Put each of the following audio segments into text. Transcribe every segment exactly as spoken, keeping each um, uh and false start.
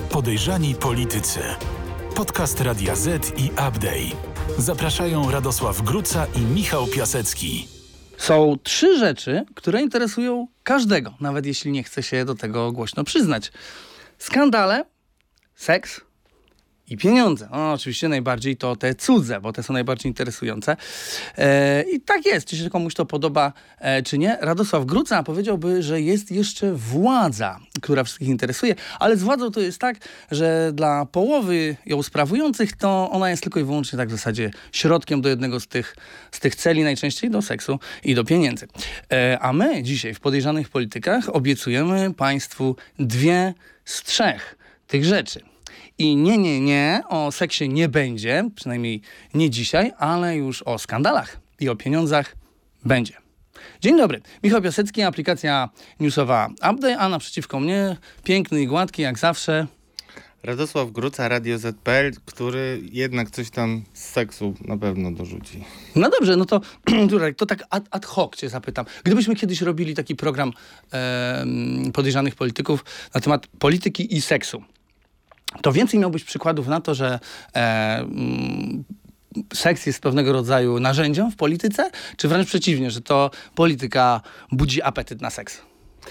Podejrzani politycy. Podcast Radia Z i Update. Zapraszają Radosław Gruca i Michał Piasecki. Są trzy rzeczy, które interesują każdego, nawet jeśli nie chce się do tego głośno przyznać. Skandale, seks i pieniądze. No, oczywiście najbardziej to te cudze, bo te są najbardziej interesujące. E, I tak jest, czy się komuś to podoba, e, czy nie. Radosław Gruca powiedziałby, że jest jeszcze władza, która wszystkich interesuje, ale z władzą to jest tak, że dla połowy ją sprawujących to ona jest tylko i wyłącznie tak w zasadzie środkiem do jednego z tych, z tych celi, najczęściej do seksu i do pieniędzy. E, a my dzisiaj w Podejrzanych Politykach obiecujemy Państwu dwie z trzech tych rzeczy. I nie, nie, nie, o seksie nie będzie, przynajmniej nie dzisiaj, ale już o skandalach i o pieniądzach będzie. Dzień dobry, Michał Piasecki, aplikacja newsowa Update, a naprzeciwko mnie, piękny i gładki jak zawsze, Radosław Gruca, Radio Z kropka P L, który jednak coś tam z seksu na pewno dorzuci. No dobrze, no to, to tak ad, ad hoc cię zapytam. Gdybyśmy kiedyś robili taki program e, podejrzanych polityków na temat polityki i seksu, to więcej miałbyś przykładów na to, że e, mm, seks jest pewnego rodzaju narzędziem w polityce, czy wręcz przeciwnie, że to polityka budzi apetyt na seks?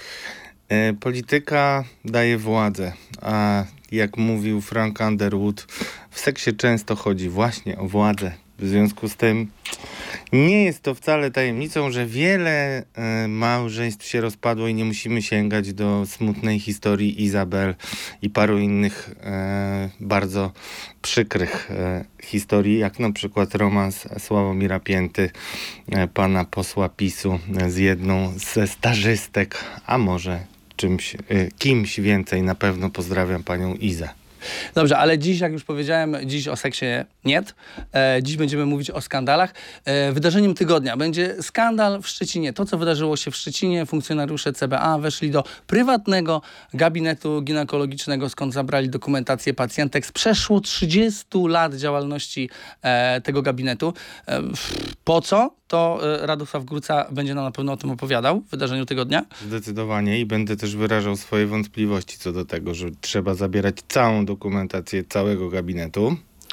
E, polityka daje władzę, a jak mówił Frank Underwood, w seksie często chodzi właśnie o władzę. W związku z tym nie jest to wcale tajemnicą, że wiele e, małżeństw się rozpadło i nie musimy sięgać do smutnej historii Izabel i paru innych e, bardzo przykrych e, historii, jak na przykład romans Sławomira Pięty, e, pana posła PiSu e, z jedną ze stażystek, a może czymś, e, kimś więcej. Na pewno pozdrawiam panią Izę. Dobrze, ale dziś, jak już powiedziałem, dziś o seksie nie. E, dziś będziemy mówić o skandalach. E, wydarzeniem tygodnia będzie skandal w Szczecinie. To, co wydarzyło się w Szczecinie, funkcjonariusze C B A weszli do prywatnego gabinetu ginekologicznego, skąd zabrali dokumentację pacjentek z przeszło trzydziestu lat działalności e, tego gabinetu. E, po co? To e, Radosław Gruca będzie nam na pewno o tym opowiadał w wydarzeniu tygodnia. Zdecydowanie i będę też wyrażał swoje wątpliwości co do tego, że trzeba zabierać całą dokumentację całego gabinetu.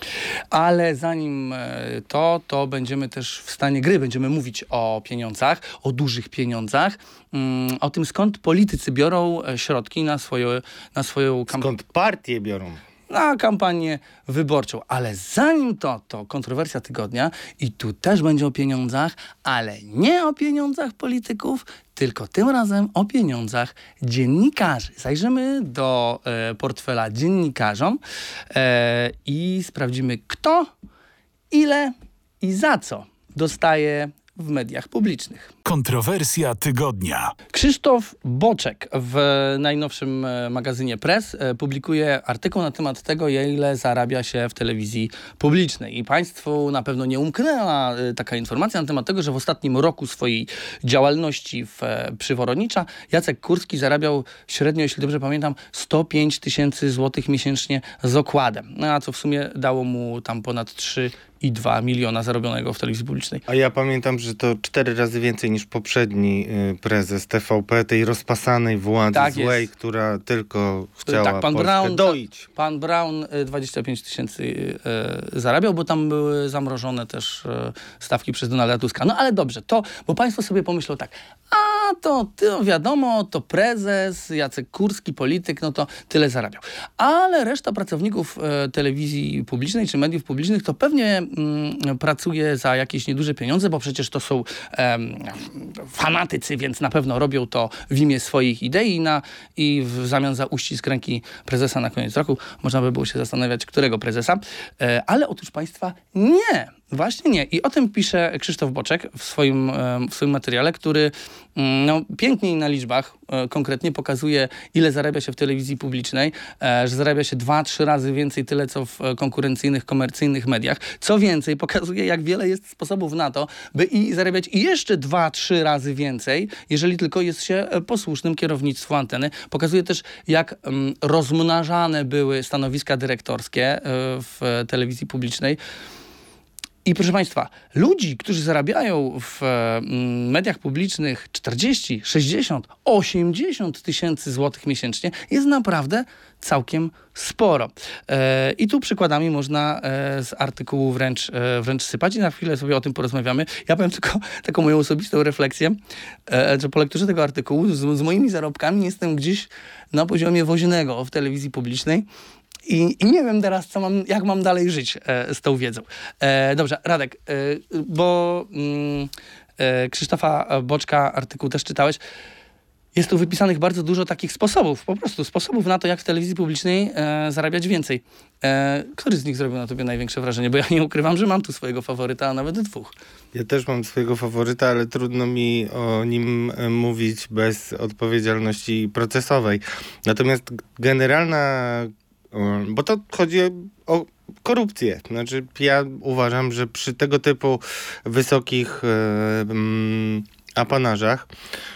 Ale zanim to, to będziemy też w stanie gry. Będziemy mówić o pieniądzach, o dużych pieniądzach, mm, o tym, skąd politycy biorą środki na, swoje, na swoją kampanię. Skąd partie biorą? Na kampanię wyborczą. Ale zanim to, to kontrowersja tygodnia i tu też będzie o pieniądzach, ale nie o pieniądzach polityków, tylko tym razem o pieniądzach dziennikarzy. Zajrzymy do e, portfela dziennikarzom e, i sprawdzimy, kto, ile i za co dostaje w mediach publicznych. Kontrowersja tygodnia. Krzysztof Boczek w najnowszym magazynie Press publikuje artykuł na temat tego, ile zarabia się w telewizji publicznej. I Państwu na pewno nie umknęła taka informacja na temat tego, że w ostatnim roku swojej działalności w Przyworodnicza Jacek Kurski zarabiał średnio, jeśli dobrze pamiętam, sto pięć tysięcy złotych miesięcznie z okładem. No, a co w sumie dało mu tam ponad trzy i dwa miliona zarobionego w telewizji publicznej. A ja pamiętam, że to cztery razy więcej niż poprzedni y, prezes T V P, tej rozpasanej władzy tak złej, jest. która tylko chciała tak, pan Polskę Brown, doić. Pan Brown dwadzieścia pięć tysięcy y, zarabiał, bo tam były zamrożone też y, stawki przez Donalda Tuska. No ale dobrze, to, bo państwo sobie pomyślą tak, a to, to wiadomo, to prezes, Jacek Kurski, polityk, no to tyle zarabiał. Ale reszta pracowników y, telewizji publicznej czy mediów publicznych to pewnie y, pracuje za jakieś nieduże pieniądze, bo przecież to są y, fanatycy, więc na pewno robią to w imię swoich idei na, i w zamian za uścisk ręki prezesa na koniec roku. Można by było się zastanawiać, którego prezesa. E, ale otóż państwa nie. Właśnie nie. I o tym pisze Krzysztof Boczek w swoim, w swoim materiale, który no, piękniej na liczbach e, konkretnie pokazuje, ile zarabia się w telewizji publicznej, e, że zarabia się dwa, trzy razy więcej tyle, co w konkurencyjnych, komercyjnych mediach. Co więcej, pokazuje, jak wiele jest sposobów na to, by i zarabiać jeszcze dwa, trzy razy więcej, jeżeli tylko jest się posłusznym kierownictwu anteny. Pokazuje też, jak mm, rozmnażane były stanowiska dyrektorskie e, w telewizji publicznej. I proszę Państwa, ludzi, którzy zarabiają w mm, mediach publicznych czterdzieści, sześćdziesiąt, osiemdziesiąt tysięcy złotych miesięcznie jest naprawdę całkiem sporo. E, I tu przykładami można e, z artykułu wręcz, e, wręcz sypać i na chwilę sobie o tym porozmawiamy. Ja powiem tylko taką moją osobistą refleksję, e, że po lekturze tego artykułu z, z moimi zarobkami jestem gdzieś na poziomie woźnego w telewizji publicznej. I, I nie wiem teraz, co mam, jak mam dalej żyć e, z tą wiedzą. E, dobrze, Radek, e, bo mm, e, Krzysztofa Boczka artykuł też czytałeś. Jest tu wypisanych bardzo dużo takich sposobów, po prostu sposobów na to, jak w telewizji publicznej e, zarabiać więcej. E, który z nich zrobił na tobie największe wrażenie? Bo ja nie ukrywam, że mam tu swojego faworyta, a nawet dwóch. Ja też mam swojego faworyta, ale trudno mi o nim e, mówić bez odpowiedzialności procesowej. Natomiast generalna, e, bo to chodzi o korupcję. Znaczy, ja uważam, że przy tego typu wysokich e, mm, apanażach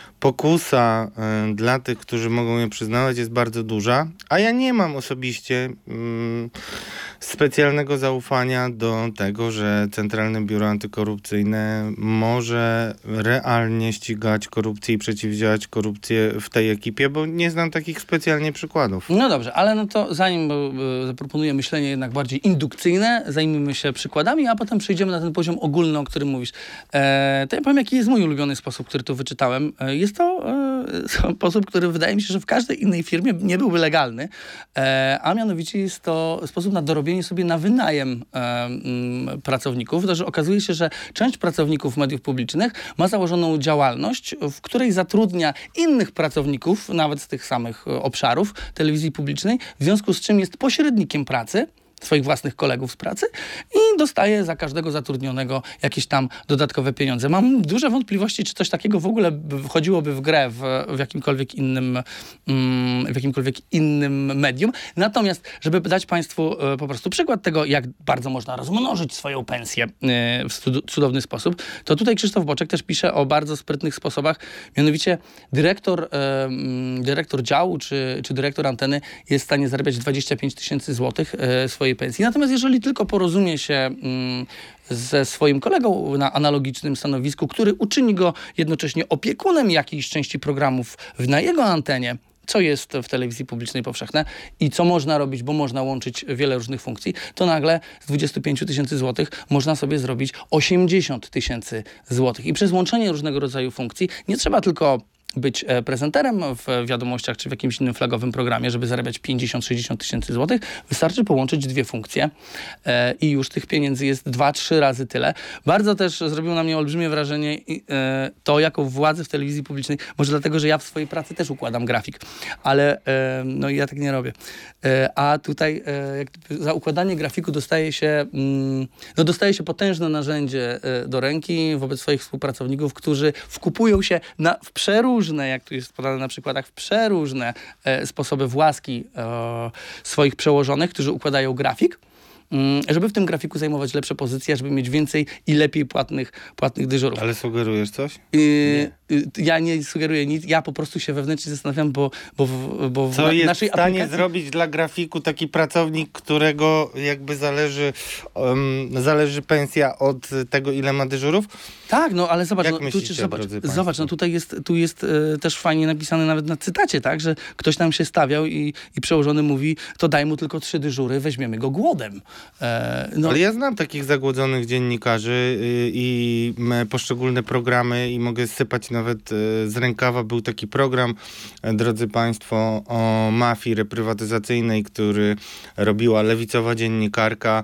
pokusa y, dla tych, którzy mogą je przyznawać, jest bardzo duża, a ja nie mam osobiście y, specjalnego zaufania do tego, że Centralne Biuro Antykorupcyjne może realnie ścigać korupcję i przeciwdziałać korupcji w tej ekipie, bo nie znam takich specjalnie przykładów. No dobrze, ale no to zanim bo, bo zaproponuję myślenie jednak bardziej indukcyjne, zajmijmy się przykładami, a potem przejdziemy na ten poziom ogólny, o którym mówisz. E, to ja powiem, jaki jest mój ulubiony sposób, który tu wyczytałem. E, jest to e, sposób, który wydaje mi się, że w każdej innej firmie nie byłby legalny, e, a mianowicie jest to sposób na dorobienie sobie na wynajem e, m, pracowników. To, że okazuje się, że część pracowników mediów publicznych ma założoną działalność, w której zatrudnia innych pracowników, nawet z tych samych obszarów telewizji publicznej, w związku z czym jest pośrednikiem pracy swoich własnych kolegów z pracy i dostaje za każdego zatrudnionego jakieś tam dodatkowe pieniądze. Mam duże wątpliwości, czy coś takiego w ogóle wchodziłoby w grę w, w jakimkolwiek innym w jakimkolwiek innym medium. Natomiast, żeby dać Państwu po prostu przykład tego, jak bardzo można rozmnożyć swoją pensję w cudowny sposób, to tutaj Krzysztof Boczek też pisze o bardzo sprytnych sposobach. Mianowicie dyrektor, dyrektor działu czy, czy dyrektor anteny jest w stanie zarabiać dwadzieścia pięć tysięcy złotych swojej pensji. Natomiast jeżeli tylko porozumie się mm, ze swoim kolegą na analogicznym stanowisku, który uczyni go jednocześnie opiekunem jakiejś części programów na jego antenie, co jest w telewizji publicznej powszechne i co można robić, bo można łączyć wiele różnych funkcji, to nagle z dwudziestu pięciu tysięcy złotych można sobie zrobić osiemdziesiąt tysięcy złotych. I przez łączenie różnego rodzaju funkcji nie trzeba tylko być prezenterem w wiadomościach czy w jakimś innym flagowym programie, żeby zarabiać pięćdziesiąt sześćdziesiąt tysięcy złotych. Wystarczy połączyć dwie funkcje e, i już tych pieniędzy jest dwa, trzy razy tyle. Bardzo też zrobiło na mnie olbrzymie wrażenie e, to, jaką władzę w telewizji publicznej, może dlatego, że ja w swojej pracy też układam grafik, ale e, no ja tak nie robię. E, a tutaj e, jak za układanie grafiku dostaje się, mm, no dostaje się potężne narzędzie e, do ręki wobec swoich współpracowników, którzy wkupują się na, w przeróżne różne, jak tu jest podane na przykładach, w przeróżne e, sposoby właski e, swoich przełożonych, którzy układają grafik, mm, żeby w tym grafiku zajmować lepsze pozycje, żeby mieć więcej i lepiej płatnych, płatnych dyżurów. Ale sugerujesz coś? Yy, yy, ja nie sugeruję nic, ja po prostu się wewnętrznie zastanawiam, bo, bo, w, bo w Co na, jest naszej w stanie aplikacji... zrobić dla grafiku taki pracownik, którego jakby zależy, um, zależy pensja od tego, ile ma dyżurów? Tak, no ale zobacz, Jak no, tu, myślicie, zobacz, drodzy zobacz państwo? no tutaj jest, tu jest e, też fajnie napisane nawet na cytacie, tak, że ktoś tam się stawiał i, i przełożony mówi, to daj mu tylko trzy dyżury, weźmiemy go głodem. E, no. Ale ja znam takich zagłodzonych dziennikarzy yy, i m, poszczególne programy i mogę sypać nawet yy, z rękawa. Był taki program, yy, drodzy państwo, o mafii reprywatyzacyjnej, który robiła lewicowa dziennikarka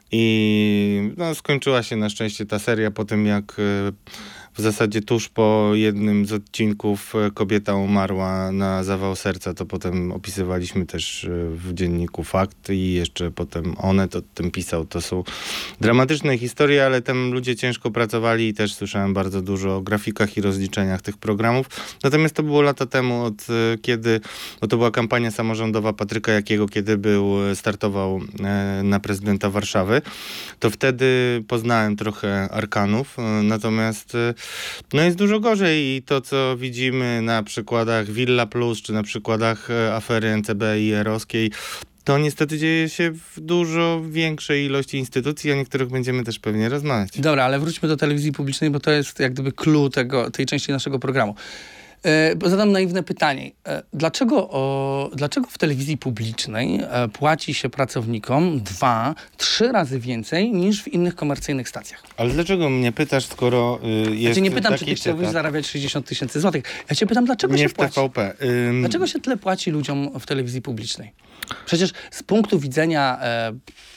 i no, skończyła się na szczęście ta seria po tym, jak yy, w zasadzie tuż po jednym z odcinków kobieta umarła na zawał serca, to potem opisywaliśmy też w dzienniku Fakt i jeszcze potem Onet o tym pisał. To są dramatyczne historie, ale tam ludzie ciężko pracowali i też słyszałem bardzo dużo o grafikach i rozliczeniach tych programów. Natomiast to było lata temu, od kiedy, bo to była kampania samorządowa Patryka Jakiego, kiedy był, startował na prezydenta Warszawy. To wtedy poznałem trochę arkanów, natomiast no jest dużo gorzej i to, co widzimy na przykładach Villa Plus, czy na przykładach afery N C B i Jarowskiej, to niestety dzieje się w dużo większej ilości instytucji, o niektórych będziemy też pewnie rozmawiać. Dobra, ale wróćmy do telewizji publicznej, bo to jest jak gdyby clue tego, tej części naszego programu. E, bo zadam naiwne pytanie. E, dlaczego, o, dlaczego w telewizji publicznej e, płaci się pracownikom dwa, trzy razy więcej niż w innych komercyjnych stacjach? Ale dlaczego mnie pytasz, skoro y, jest Ja cię nie pytam, czy taki ty chciałbyś cytat? zarabiać sześćdziesiąt tysięcy złotych. Ja cię pytam, dlaczego Nie się w płaci? T V P. Ym... Dlaczego się tyle płaci ludziom w telewizji publicznej? Przecież z punktu widzenia, e,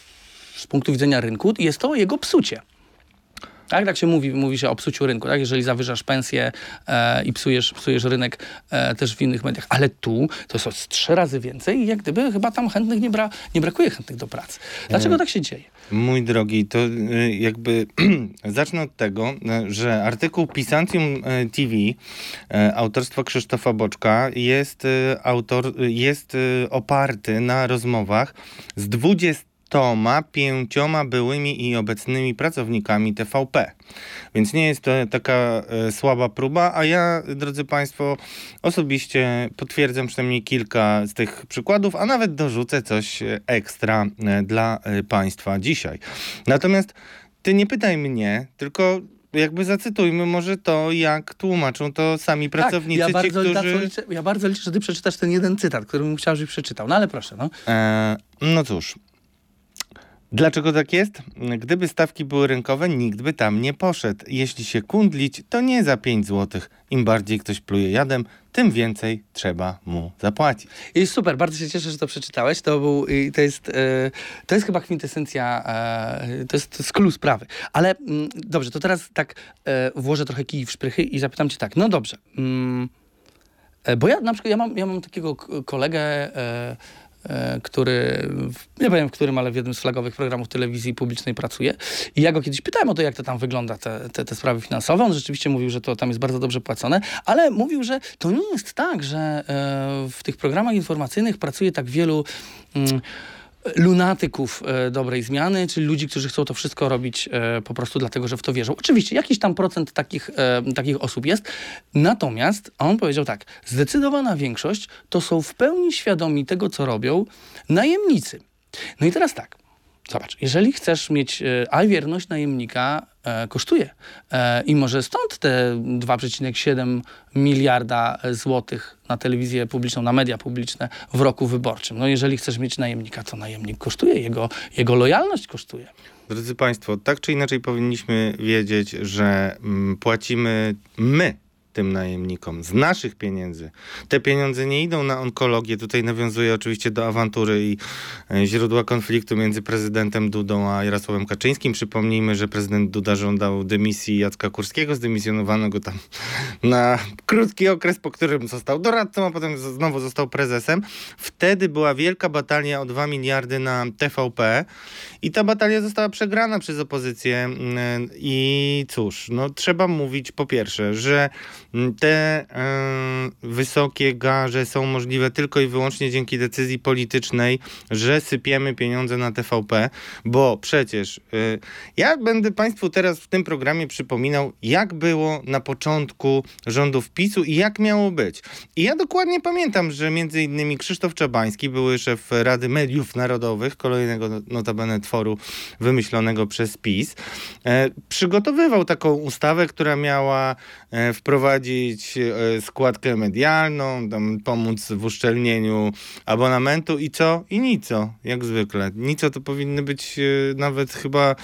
z punktu widzenia rynku jest to jego psucie. Tak, tak się mówi, mówi się o psuciu rynku, tak? Jeżeli zawyżasz pensję e, i psujesz, psujesz rynek e, też w innych mediach. Ale tu to jest trzy razy więcej i jak gdyby chyba tam chętnych nie, bra, nie brakuje chętnych do pracy. Dlaczego e, tak się dzieje? Mój drogi, to y, jakby zacznę od tego, y, że artykuł Pisantium T V y, autorstwa Krzysztofa Boczka jest, y, autor, y, jest y, oparty na rozmowach z dwudziestoma pięcioma byłymi i obecnymi pracownikami T V P. Więc nie jest to taka y, słaba próba, a ja, drodzy Państwo, osobiście potwierdzam przynajmniej kilka z tych przykładów, a nawet dorzucę coś ekstra y, dla y, Państwa dzisiaj. Natomiast ty nie pytaj mnie, tylko jakby zacytujmy może to, jak tłumaczą to sami pracownicy, tak, ja ci, bardzo, którzy... liczę, ja bardzo liczę, że ty przeczytasz ten jeden cytat, który bym chciał, żebyś przeczytał. No ale proszę, no. E, no cóż. Dlaczego tak jest? Gdyby stawki były rynkowe, nikt by tam nie poszedł. Jeśli się kundlić, to nie za pięć złotych. Im bardziej ktoś pluje jadem, tym więcej trzeba mu zapłacić. I super, bardzo się cieszę, że to przeczytałeś. To był, i to jest, e, to jest chyba kwintesencja, e, to jest, to jest clue sprawy. Ale mm, dobrze, to teraz tak e, włożę trochę kij w szprychy i zapytam cię tak. No dobrze, mm, e, bo ja na przykład, ja mam, ja mam takiego k- kolegę, e, e, który, w, nie powiem w którym, ale w jednym z flagowych programów telewizji publicznej pracuje. I ja go kiedyś pytałem o to, jak to tam wygląda, te, te, te sprawy finansowe. On rzeczywiście mówił, że to tam jest bardzo dobrze płacone, ale mówił, że to nie jest tak, że e, w tych programach informacyjnych pracuje tak wielu mm, lunatyków e, dobrej zmiany, czyli ludzi, którzy chcą to wszystko robić e, po prostu dlatego, że w to wierzą. Oczywiście jakiś tam procent takich, e, takich osób jest, natomiast on powiedział tak, zdecydowana większość to są w pełni świadomi tego, co robią najemnicy. No i teraz tak, zobacz, jeżeli chcesz mieć, e, a wierność najemnika e, kosztuje e, i może stąd te dwa przecinek siedem miliarda złotych na telewizję publiczną, na media publiczne w roku wyborczym. No jeżeli chcesz mieć najemnika, to najemnik kosztuje, jego, jego lojalność kosztuje. Drodzy Państwo, tak czy inaczej powinniśmy wiedzieć, że mm, płacimy my tym najemnikom z naszych pieniędzy. Te pieniądze nie idą na onkologię. Tutaj nawiązuję oczywiście do awantury i e, źródła konfliktu między prezydentem Dudą a Jarosławem Kaczyńskim. Przypomnijmy, że prezydent Duda żądał dymisji Jacka Kurskiego, zdymisjonowano go tam na krótki okres, po którym został doradcą, a potem z- znowu został prezesem. Wtedy była wielka batalia o dwa miliardy na T V P i ta batalia została przegrana przez opozycję. Mm, I cóż, no trzeba mówić po pierwsze, że te e, wysokie garze są możliwe tylko i wyłącznie dzięki decyzji politycznej, że sypiemy pieniądze na T V P, bo przecież e, ja będę Państwu teraz w tym programie przypominał, jak było na początku rządów PiSu i jak miało być. I ja dokładnie pamiętam, że między innymi Krzysztof Czabański, były szef Rady Mediów Narodowych, kolejnego notabene tworu wymyślonego przez PiS, e, przygotowywał taką ustawę, która miała e, wprowadzić składkę medialną, tam pomóc w uszczelnieniu abonamentu i co? I nico, jak zwykle. Nico to powinny być nawet chyba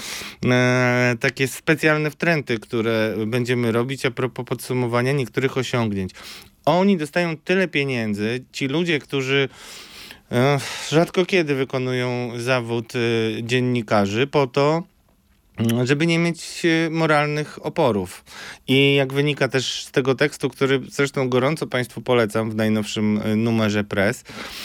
e, takie specjalne wtręty, które będziemy robić a propos podsumowania niektórych osiągnięć. Oni dostają tyle pieniędzy, ci ludzie, którzy e, rzadko kiedy wykonują zawód e, dziennikarzy, po to, żeby nie mieć moralnych oporów. I jak wynika też z tego tekstu, który zresztą gorąco Państwu polecam w najnowszym numerze Press,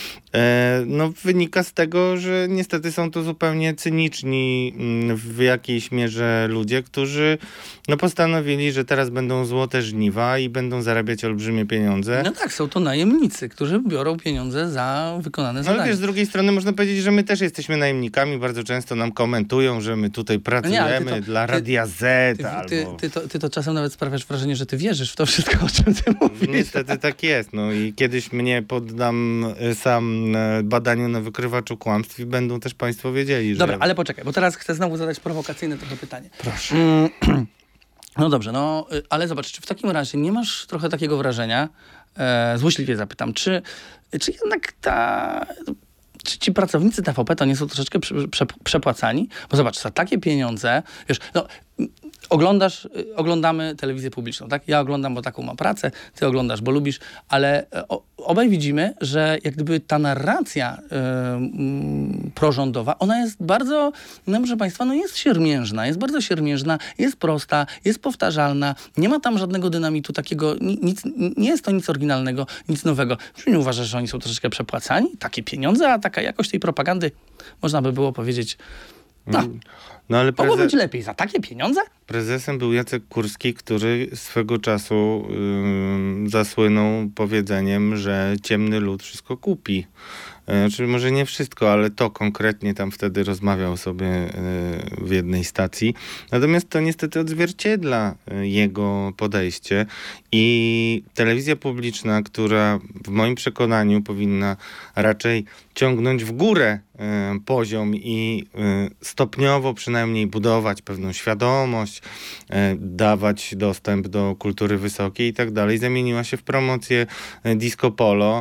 no wynika z tego, że niestety są to zupełnie cyniczni w jakiejś mierze ludzie, którzy no postanowili, że teraz będą złote żniwa i będą zarabiać olbrzymie pieniądze. No tak, są to najemnicy, którzy biorą pieniądze za wykonane No zadania. ale wiesz, z drugiej strony można powiedzieć, że my też jesteśmy najemnikami. Bardzo często nam komentują, że my tutaj pracujemy Nie, ty to, dla ty, Radia Z ty, albo... ty, ty, to, ty to czasem nawet sprawiasz wrażenie, że ty wierzysz w to wszystko, o czym ty mówisz. Niestety tak jest. No i kiedyś mnie poddam sam mm, badaniu na wykrywaczu kłamstw i będą też państwo wiedzieli, że... Dobra, ale poczekaj, bo teraz chcę znowu zadać prowokacyjne trochę pytanie. Proszę. Mm, no dobrze, no y, ale zobacz, czy w takim razie nie masz trochę takiego wrażenia, e, złośliwie zapytam, czy, czy jednak ta... Czy ci pracownicy T V P to nie są troszeczkę prze, prze, przepłacani? Bo zobacz, za takie pieniądze, wiesz, no, oglądasz, oglądamy telewizję publiczną, tak? Ja oglądam, bo taką mam pracę, ty oglądasz, bo lubisz, ale o, obaj widzimy, że jak gdyby ta narracja y, y, prorządowa, ona jest bardzo, no proszę państwa, no jest siermiężna, jest bardzo siermiężna, jest prosta, jest powtarzalna, nie ma tam żadnego dynamitu takiego, nic, nie jest to nic oryginalnego, nic nowego. Czy nie uważasz, że oni są troszeczkę przepłacani? Takie pieniądze, a taka jakość tej propagandy, można by było powiedzieć, no, no ale mogło preze- być lepiej za takie pieniądze? Prezesem był Jacek Kurski, który swego czasu yy, zasłynął powiedzeniem, że ciemny lud wszystko kupi. Yy, czyli może nie wszystko, ale to konkretnie tam wtedy rozmawiał sobie yy, w jednej stacji. Natomiast to niestety odzwierciedla yy, jego podejście i telewizja publiczna, która w moim przekonaniu powinna raczej ciągnąć w górę yy, poziom i yy, stopniowo przynajmniej budować pewną świadomość, dawać dostęp do kultury wysokiej i tak dalej, zamieniła się w promocję disco polo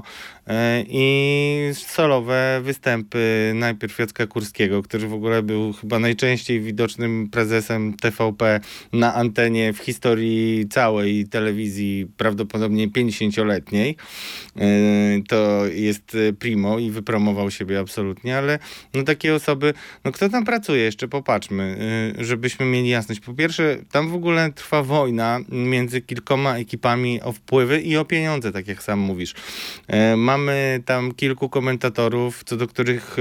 i solowe występy najpierw Jacka Kurskiego, który w ogóle był chyba najczęściej widocznym prezesem T V P na antenie w historii całej telewizji, prawdopodobnie pięćdziesięcioletniej. To jest primo i wypromował siebie absolutnie, ale no takie osoby, no kto tam pracuje jeszcze, popatrzmy, żebyśmy mieli jasność. Po pierwsze, tam w ogóle trwa wojna między kilkoma ekipami o wpływy i o pieniądze, tak jak sam mówisz. Mamy tam kilku komentatorów, co do których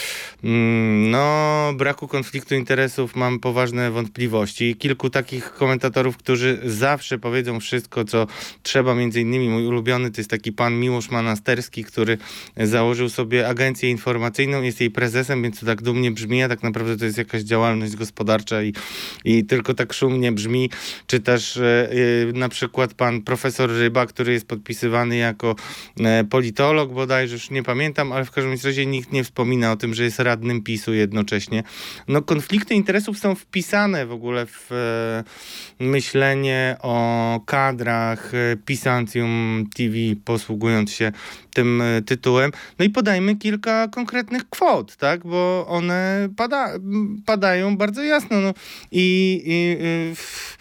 no, braku konfliktu interesów mam poważne wątpliwości. Kilku takich komentatorów, którzy zawsze powiedzą wszystko, co trzeba. Między innymi mój ulubiony to jest taki pan Miłosz Manasterski, który założył sobie agencję informacyjną, jest jej prezesem, więc to tak dumnie brzmi, a tak naprawdę to jest jakaś działalność gospodarcza i, i tylko tak szumnie brzmi. Czy też yy, na przykład pan profesor Ryba, który jest podpisywany jako yy, politolog bodajże, już nie pamiętam, ale w każdym razie nikt nie wspomina o tym, że jest radnym PiSu jednocześnie. No konflikty interesów są wpisane w ogóle w yy, myślenie o kadrach yy, Pisancjum T V, posługując się tym yy, tytułem. No i podajmy kilka konkretnych kwot, tak, bo one pada, padają bardzo jasno. No i, i yy,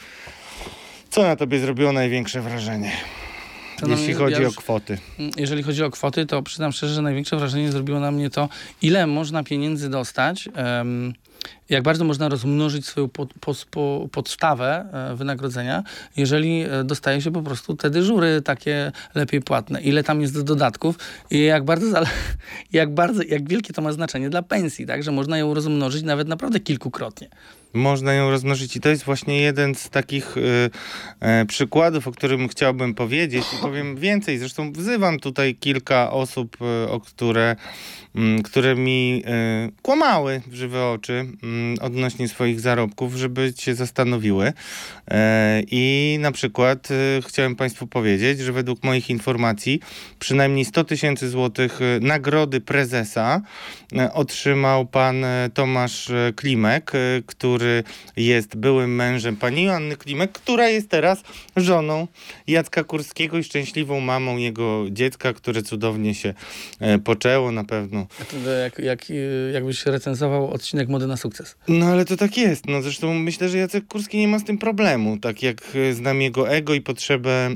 co na tobie zrobiło największe wrażenie? To na jeśli mnie- chodzi ja już- o kwoty. Jeżeli chodzi o kwoty, to przyznam szczerze, że największe wrażenie zrobiło na mnie to, ile można pieniędzy dostać, em, jak bardzo można rozmnożyć swoją pod, pos- po, podstawę e, wynagrodzenia, jeżeli e, dostaje się po prostu te dyżury takie lepiej płatne. Ile tam jest dodatków i jak bardzo, zale- jak bardzo, jak wielkie to ma znaczenie dla pensji, tak, że można ją rozmnożyć nawet naprawdę kilkukrotnie. Można ją rozmnożyć i to jest właśnie jeden z takich y, y, przykładów, o którym chciałbym powiedzieć i powiem więcej. Zresztą wzywam tutaj kilka osób, y, o które, y, które mi y, kłamały w żywe oczy y, odnośnie swoich zarobków, żeby się zastanowiły. Y, I na przykład y, chciałem państwu powiedzieć, że według moich informacji przynajmniej sto tysięcy złotych y, nagrody prezesa y, otrzymał pan y, Tomasz y, Klimek, y, który który jest byłym mężem pani Joanny Klimek, która jest teraz żoną Jacka Kurskiego i szczęśliwą mamą jego dziecka, które cudownie się e, poczęło na pewno. Jak, jak, jakbyś recenzował odcinek Mody na sukces. No ale to tak jest. No zresztą myślę, że Jacek Kurski nie ma z tym problemu. Tak jak e, znam jego ego i potrzebę e,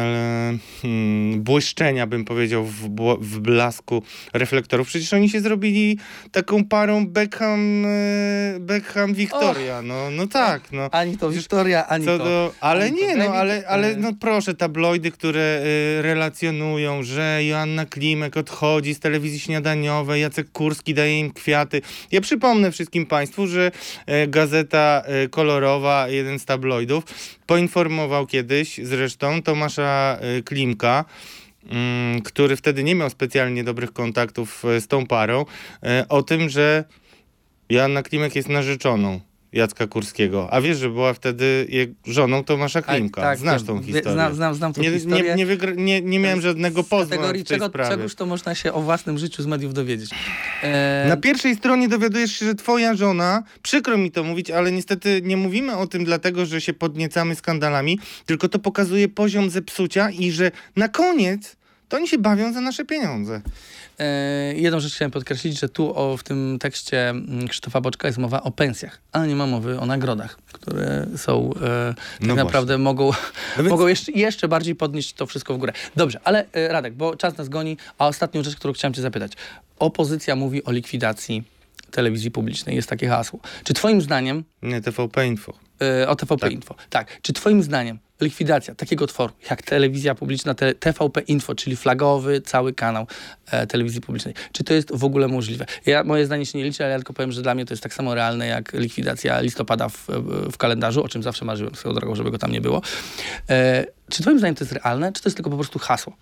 e, błyszczenia, bym powiedział, w, bło- w blasku reflektorów. Przecież oni się zrobili taką parą Beckham, e, Beckham Victoria. No, no tak, no. Ani to Wiktoria, ani Co to. do, ale ani to nie, no, David, ale, ale e, no proszę, tabloidy, które y, relacjonują, że Joanna Klimek odchodzi z telewizji śniadaniowej, Jacek Kurski daje im kwiaty. Ja przypomnę wszystkim państwu, że y, Gazeta y, Kolorowa, jeden z tabloidów, poinformował kiedyś zresztą Tomasza y, Klimka, y, który wtedy nie miał specjalnie dobrych kontaktów y, z tą parą, y, o tym, że Joanna Klimek jest narzeczoną Jacka Kurskiego. A wiesz, że była wtedy jej żoną Tomasza Klimka. Tak, Znasz tak, tą wie- historię. Znam, znam, znam tą nie, historię. nie, nie, wygra- nie, nie miałem żadnego Z pozwu kategorii w tej czego, sprawie. czegoż to można się o własnym życiu z mediów dowiedzieć. E, Na pierwszej stronie dowiadujesz się, że twoja żona, przykro mi to mówić, ale niestety nie mówimy o tym dlatego, że się podniecamy skandalami, tylko to pokazuje poziom zepsucia i że na koniec to oni się bawią za nasze pieniądze. E, jedną rzecz chciałem podkreślić, że tu o, w tym tekście mm, Krzysztofa Boczka jest mowa o pensjach, ale nie ma mowy o nagrodach, które są e, tak No naprawdę mogą, No więc- mogą jeszcze, jeszcze bardziej podnieść to wszystko w górę. Dobrze, ale e, Radek, bo czas nas goni, a ostatnią rzecz, którą chciałem cię zapytać. Opozycja mówi o likwidacji telewizji publicznej, jest takie hasło. Czy twoim zdaniem Nie, T V P Info. e, o T V P Tak. Info, tak, czy twoim zdaniem likwidacja takiego tworu jak telewizja publiczna, te, T V P Info, czyli flagowy cały kanał e, telewizji publicznej, czy to jest w ogóle możliwe? Ja, moje zdanie się nie liczy, ale ja tylko powiem, że dla mnie to jest tak samo realne jak likwidacja listopada w, w kalendarzu, o czym zawsze marzyłem swoją drogą, żeby go tam nie było. E, czy twoim zdaniem to jest realne, czy to jest tylko po prostu hasło?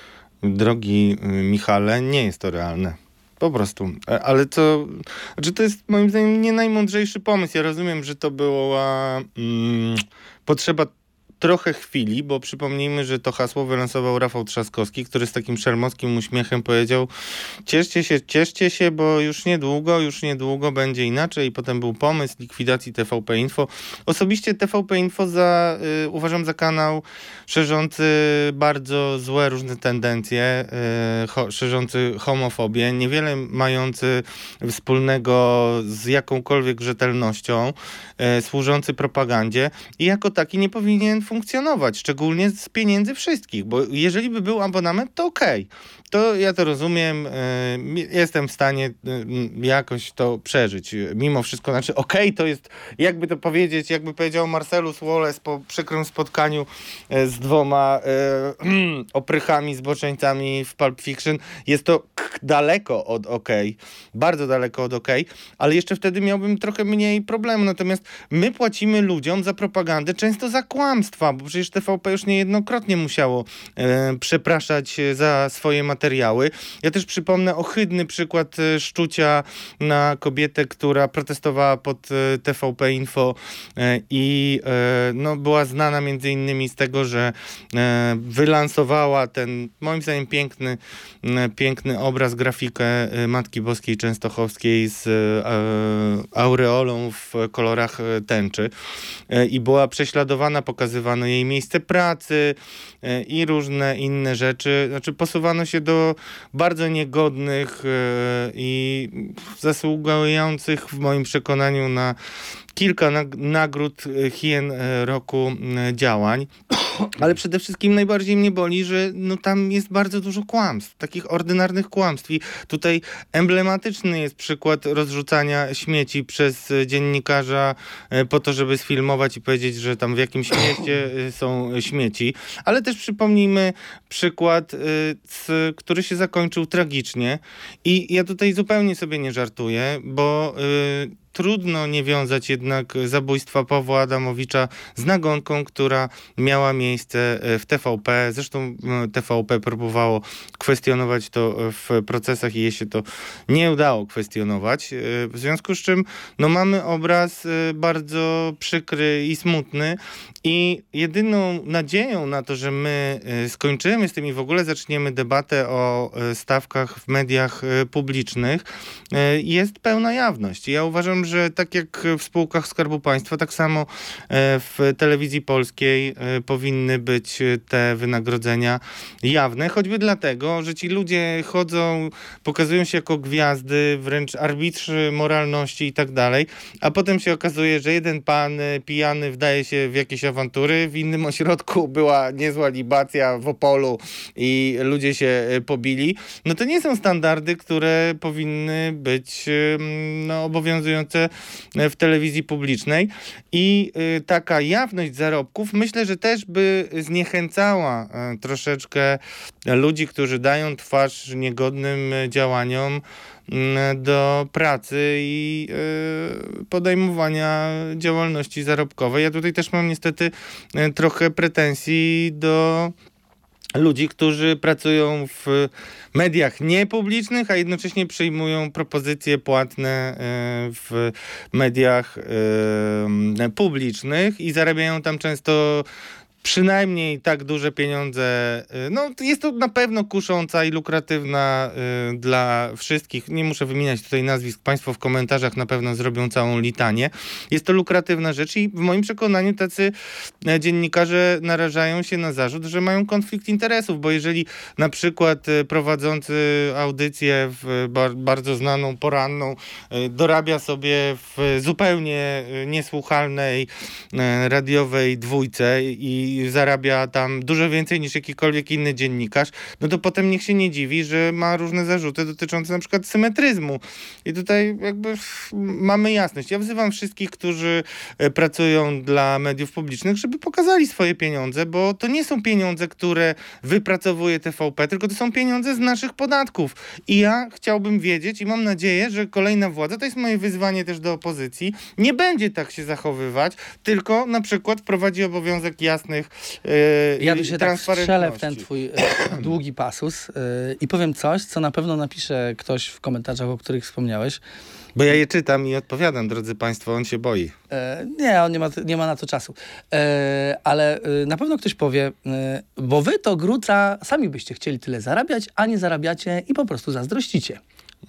Drogi y, Michale, nie jest to realne. Po prostu. E, Ale to, znaczy to jest moim zdaniem nie najmądrzejszy pomysł. Ja rozumiem, że to była mm, potrzeba trochę chwili, bo przypomnijmy, że to hasło wylansował Rafał Trzaskowski, który z takim szelmowskim uśmiechem powiedział: cieszcie się, cieszcie się, bo już niedługo, już niedługo będzie inaczej. I potem był pomysł likwidacji T V P Info. Osobiście T V P Info za, y, uważam za kanał szerzący bardzo złe różne tendencje, y, ho, szerzący homofobię, niewiele mający wspólnego z jakąkolwiek rzetelnością, y, służący propagandzie i jako taki nie powinien funkcjonować, szczególnie z pieniędzy wszystkich, bo jeżeli by był abonament, to okej. To ja to rozumiem, y, jestem w stanie y, jakoś to przeżyć. Mimo wszystko, znaczy okej, to jest, jakby to powiedzieć, jakby powiedział Marcellus Wallace po przykrym spotkaniu y, z dwoma y, oprychami, zboczeńcami w Pulp Fiction, jest to k- daleko od okej, bardzo daleko od okej, ale jeszcze wtedy miałbym trochę mniej problemu. Natomiast my płacimy ludziom za propagandę, często za kłamstwa, bo przecież T V P już niejednokrotnie musiało e, przepraszać za swoje materiały. Ja też przypomnę ohydny przykład e, szczucia na kobietę, która protestowała pod e, T V P Info e, i e, no, była znana między innymi z tego, że e, wylansowała ten, moim zdaniem, piękny, e, piękny obraz, grafikę e, Matki Boskiej Częstochowskiej z e, aureolą w kolorach e, tęczy e, i była prześladowana, pokazywano jej miejsce pracy e, i różne inne rzeczy. Znaczy posuwano się do bardzo niegodnych e, i zasługujących w moim przekonaniu na kilka nag- nagród e, hien e, roku e, działań. Ale przede wszystkim najbardziej mnie boli, że no tam jest bardzo dużo kłamstw, takich ordynarnych kłamstw. I tutaj emblematyczny jest przykład rozrzucania śmieci przez e, dziennikarza e, po to, żeby sfilmować i powiedzieć, że tam w jakimś mieście e, są śmieci. Ale też przypomnijmy przykład, e, z, który się zakończył tragicznie. I ja tutaj zupełnie sobie nie żartuję, bo e, trudno nie wiązać jednak zabójstwa Pawła Adamowicza z nagonką, która miała miejsce w T V P. Zresztą T V P próbowało kwestionować to w procesach i jej się to nie udało kwestionować. W związku z czym no, mamy obraz bardzo przykry i smutny i jedyną nadzieją na to, że my skończymy z tym i w ogóle zaczniemy debatę o stawkach w mediach publicznych, jest pełna jawność. Ja uważam, że tak jak w spółkach Skarbu Państwa, tak samo w telewizji polskiej powinny być te wynagrodzenia jawne, choćby dlatego, że ci ludzie chodzą, pokazują się jako gwiazdy, wręcz arbitrzy moralności i tak dalej, a potem się okazuje, że jeden pan pijany wdaje się w jakieś awantury, w innym ośrodku była niezła libacja w Opolu i ludzie się pobili. No to nie są standardy, które powinny być no, obowiązujące w telewizji publicznej i y, taka jawność zarobków myślę, że też by zniechęcała y, troszeczkę ludzi, którzy dają twarz niegodnym działaniom y, do pracy i y, podejmowania działalności zarobkowej. Ja tutaj też mam niestety y, trochę pretensji do ludzi, którzy pracują w mediach niepublicznych, a jednocześnie przyjmują propozycje płatne e, w mediach e, publicznych i zarabiają tam często przynajmniej tak duże pieniądze. No, jest to na pewno kusząca i lukratywna y, dla wszystkich. Nie muszę wymieniać tutaj nazwisk. Państwo w komentarzach na pewno zrobią całą litanię. Jest to lukratywna rzecz i w moim przekonaniu tacy dziennikarze narażają się na zarzut, że mają konflikt interesów, bo jeżeli na przykład y, prowadzący audycję w bar- bardzo znaną poranną y, dorabia sobie w zupełnie y, niesłuchalnej y, radiowej dwójce i i zarabia tam dużo więcej niż jakikolwiek inny dziennikarz, no to potem niech się nie dziwi, że ma różne zarzuty dotyczące na przykład symetryzmu. I tutaj jakby mamy jasność. Ja wzywam wszystkich, którzy pracują dla mediów publicznych, żeby pokazali swoje pieniądze, bo to nie są pieniądze, które wypracowuje T V P, tylko to są pieniądze z naszych podatków. I ja chciałbym wiedzieć i mam nadzieję, że kolejna władza, to jest moje wyzwanie też do opozycji, nie będzie tak się zachowywać, tylko na przykład wprowadzi obowiązek jasnych Yy, ja tu się tak strzelę w ten twój e, długi pasus e, i powiem coś, co na pewno napisze ktoś w komentarzach, o których wspomniałeś. Bo ja je czytam i odpowiadam, drodzy państwo, on się boi. E, nie, on nie ma, nie ma na to czasu. E, ale e, na pewno ktoś powie, e, bo wy to Gruca sami byście chcieli tyle zarabiać, a nie zarabiacie i po prostu zazdrościcie.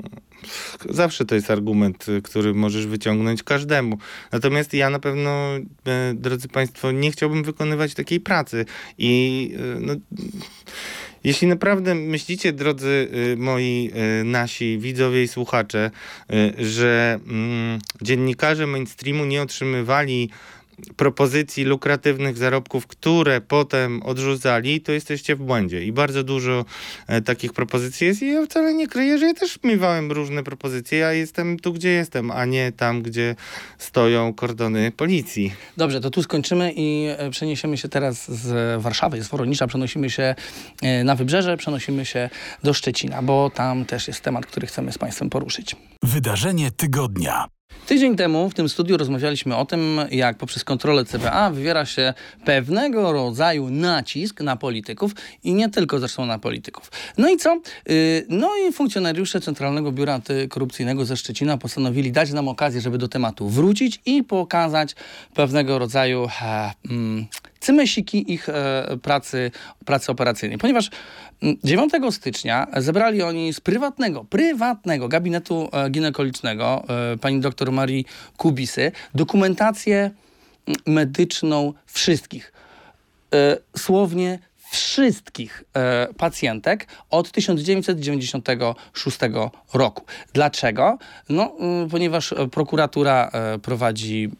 Zawsze to jest argument, który możesz wyciągnąć każdemu. Natomiast ja na pewno, e, drodzy państwo, nie chciałbym wykonywać takiej pracy. I e, no, jeśli naprawdę myślicie, drodzy e, moi, e, nasi widzowie i słuchacze, e, że mm, dziennikarze mainstreamu nie otrzymywali propozycji lukratywnych zarobków, które potem odrzucali, to jesteście w błędzie. I bardzo dużo e, takich propozycji jest i ja wcale nie kryję, że ja też miewałem różne propozycje. Ja jestem tu, gdzie jestem, a nie tam, gdzie stoją kordony policji. Dobrze, to tu skończymy i e, przeniesiemy się teraz z Warszawy, z Woronicza, przenosimy się e, na Wybrzeże, przenosimy się do Szczecina, bo tam też jest temat, który chcemy z państwem poruszyć. Wydarzenie tygodnia. Tydzień temu w tym studiu rozmawialiśmy o tym, jak poprzez kontrolę C B A wywiera się pewnego rodzaju nacisk na polityków i nie tylko zresztą na polityków. No i co? Yy, no i funkcjonariusze Centralnego Biura Antykorupcyjnego ze Szczecina postanowili dać nam okazję, żeby do tematu wrócić i pokazać pewnego rodzaju e, mm, cymesiki ich e, pracy, pracy operacyjnej. Ponieważ dziewiątego stycznia zebrali oni z prywatnego, prywatnego gabinetu e, ginekologicznego e, pani doktor Marii Kubisy dokumentację medyczną wszystkich, e, słownie wszystkich e, pacjentek od tysiąc dziewięćset dziewięćdziesiątego szóstego roku. Dlaczego? No, y, ponieważ prokuratura e, prowadzi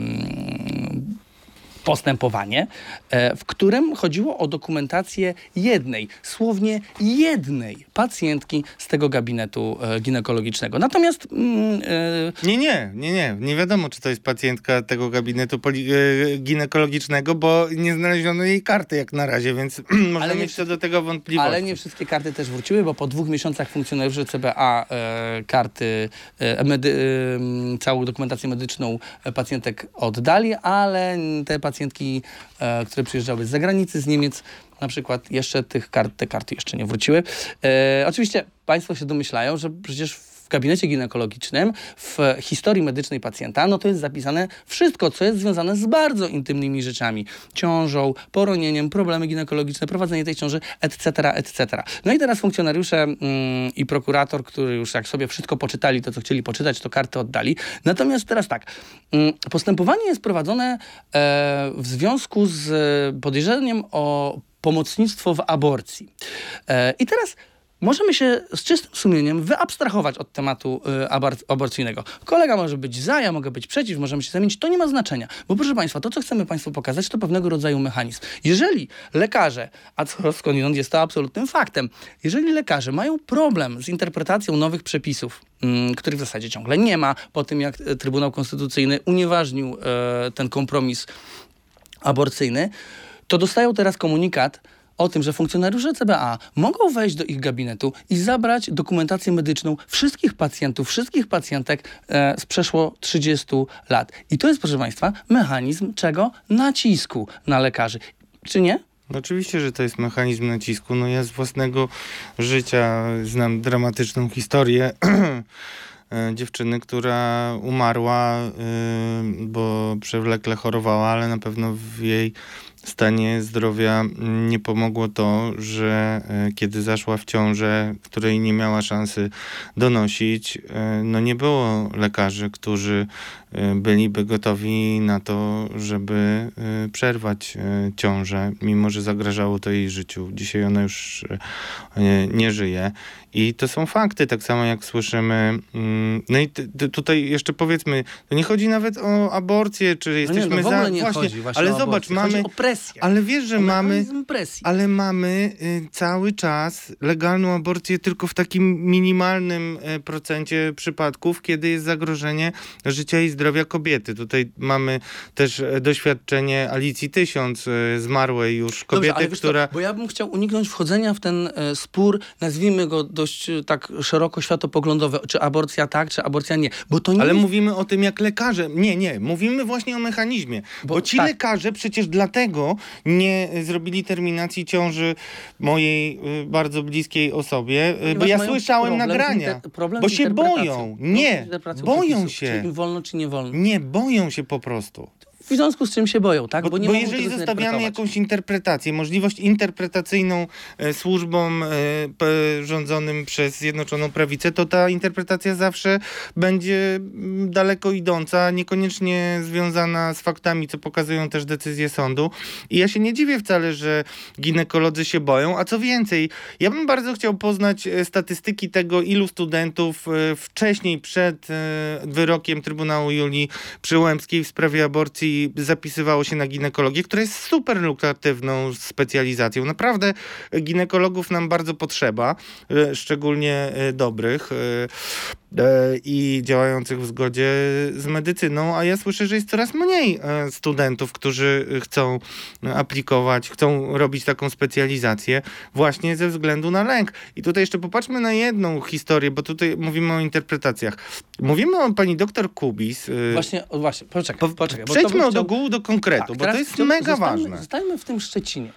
mm, postępowanie, w którym chodziło o dokumentację jednej, słownie jednej pacjentki z tego gabinetu ginekologicznego. Natomiast... Mm, nie, nie, nie, nie. Nie wiadomo, czy to jest pacjentka tego gabinetu poli- ginekologicznego, bo nie znaleziono jej karty jak na razie, więc można mieć co do tego wątpliwości. Ale nie wszystkie karty też wróciły, bo po dwóch miesiącach funkcjonariusze C B A e, karty, e, medy- e, całą dokumentację medyczną pacjentek oddali, ale te pacjentki pacjentki, e, które przyjeżdżały z zagranicy, z Niemiec, na przykład jeszcze tych kart, te karty jeszcze nie wróciły. E, oczywiście państwo się domyślają, że przecież w gabinecie ginekologicznym, w historii medycznej pacjenta, no to jest zapisane wszystko, co jest związane z bardzo intymnymi rzeczami. Ciążą, poronieniem, problemy ginekologiczne, prowadzenie tej ciąży, et cetera, et cetera. No i teraz funkcjonariusze mm, i prokurator, który już jak sobie wszystko poczytali, to co chcieli poczytać, to karty oddali. Natomiast teraz tak, mm, postępowanie jest prowadzone e, w związku z podejrzeniem o pomocnictwo w aborcji. E, I teraz możemy się z czystym sumieniem wyabstrahować od tematu y, abor- aborcyjnego. Kolega może być za, ja mogę być przeciw, możemy się zamienić. To nie ma znaczenia. Bo proszę państwa, to co chcemy państwu pokazać, to pewnego rodzaju mechanizm. Jeżeli lekarze, a co skądinąd jest to absolutnym faktem, jeżeli lekarze mają problem z interpretacją nowych przepisów, y, których w zasadzie ciągle nie ma, po tym jak Trybunał Konstytucyjny unieważnił y, ten kompromis aborcyjny, to dostają teraz komunikat o tym, że funkcjonariusze C B A mogą wejść do ich gabinetu i zabrać dokumentację medyczną wszystkich pacjentów, wszystkich pacjentek e, z przeszło trzydziestu lat. I to jest, proszę państwa, mechanizm czego? Nacisku na lekarzy. Czy nie? No oczywiście, że to jest mechanizm nacisku. No ja z własnego życia znam dramatyczną historię dziewczyny, która umarła, bo przewlekle chorowała, ale na pewno w jej stanie zdrowia nie pomogło to, że kiedy zaszła w ciążę, której nie miała szansy donosić, no nie było lekarzy, którzy byliby gotowi na to, żeby przerwać ciążę, mimo że zagrażało to jej życiu. Dzisiaj ona już nie, nie żyje. I to są fakty, tak samo jak słyszymy. No i t- t- tutaj jeszcze powiedzmy, to nie chodzi nawet o aborcję, czy jesteśmy no nie, no w ogóle za... nie Właśnie, chodzi właśnie ale o zobacz, aborcję. mamy... Chodzi o presję. Ale wiesz, że o mamy... mechanizm presji. Ale mamy y, cały czas legalną aborcję tylko w takim minimalnym y, procencie przypadków, kiedy jest zagrożenie życia i zdrowia kobiety. Tutaj mamy też y, doświadczenie Alicji Tysiąc, y, zmarłej już kobiety, Dobrze, ale wiesz która... co, bo ja bym chciał uniknąć wchodzenia w ten e, spór, nazwijmy go dość e, tak szeroko światopoglądowy, czy aborcja tak, czy aborcja nie. Bo to nie Ale jest... mówimy o tym, jak lekarze... Nie, nie. Mówimy właśnie o mechanizmie. Bo, Bo ci tak. lekarze przecież dlatego nie zrobili terminacji ciąży mojej y, bardzo bliskiej osobie, y, bo Ponieważ ja mają słyszałem problem z nagrania. inter- problem Bo z się interpretacją. boją. Problem z Nie. interpretacją Boją przepisów, się. Czy im wolno, czy nie wolno. Nie, boją się po prostu. W związku z czym się boją, tak? Bo, Bo, nie bo mogą jeżeli tego zostawiamy zinterpretować. jakąś interpretację, możliwość interpretacyjną e, służbom e, p, rządzonym przez Zjednoczoną Prawicę, to ta interpretacja zawsze będzie mm, daleko idąca, niekoniecznie związana z faktami, co pokazują też decyzje sądu. I ja się nie dziwię wcale, że ginekolodzy się boją, a co więcej, ja bym bardzo chciał poznać e, statystyki tego, ilu studentów e, wcześniej, przed e, wyrokiem Trybunału Julii Przyłębskiej w sprawie aborcji zapisywało się na ginekologię, która jest super lukratywną specjalizacją. Naprawdę ginekologów nam bardzo potrzeba, e, szczególnie e, dobrych e, e, i działających w zgodzie z medycyną, a ja słyszę, że jest coraz mniej e, studentów, którzy chcą aplikować, chcą robić taką specjalizację właśnie ze względu na lęk. I tutaj jeszcze popatrzmy na jedną historię, bo tutaj mówimy o interpretacjach. Mówimy o pani doktor Kubis. e, Właśnie, o, właśnie, poczekaj, Po, poczekaj. bo to przejdźmy bym od chciał- ogółu do konkretu, Tak, bo teraz to jest chciał- mega zostańmy, ważne. Zostańmy w tym Szczecinie.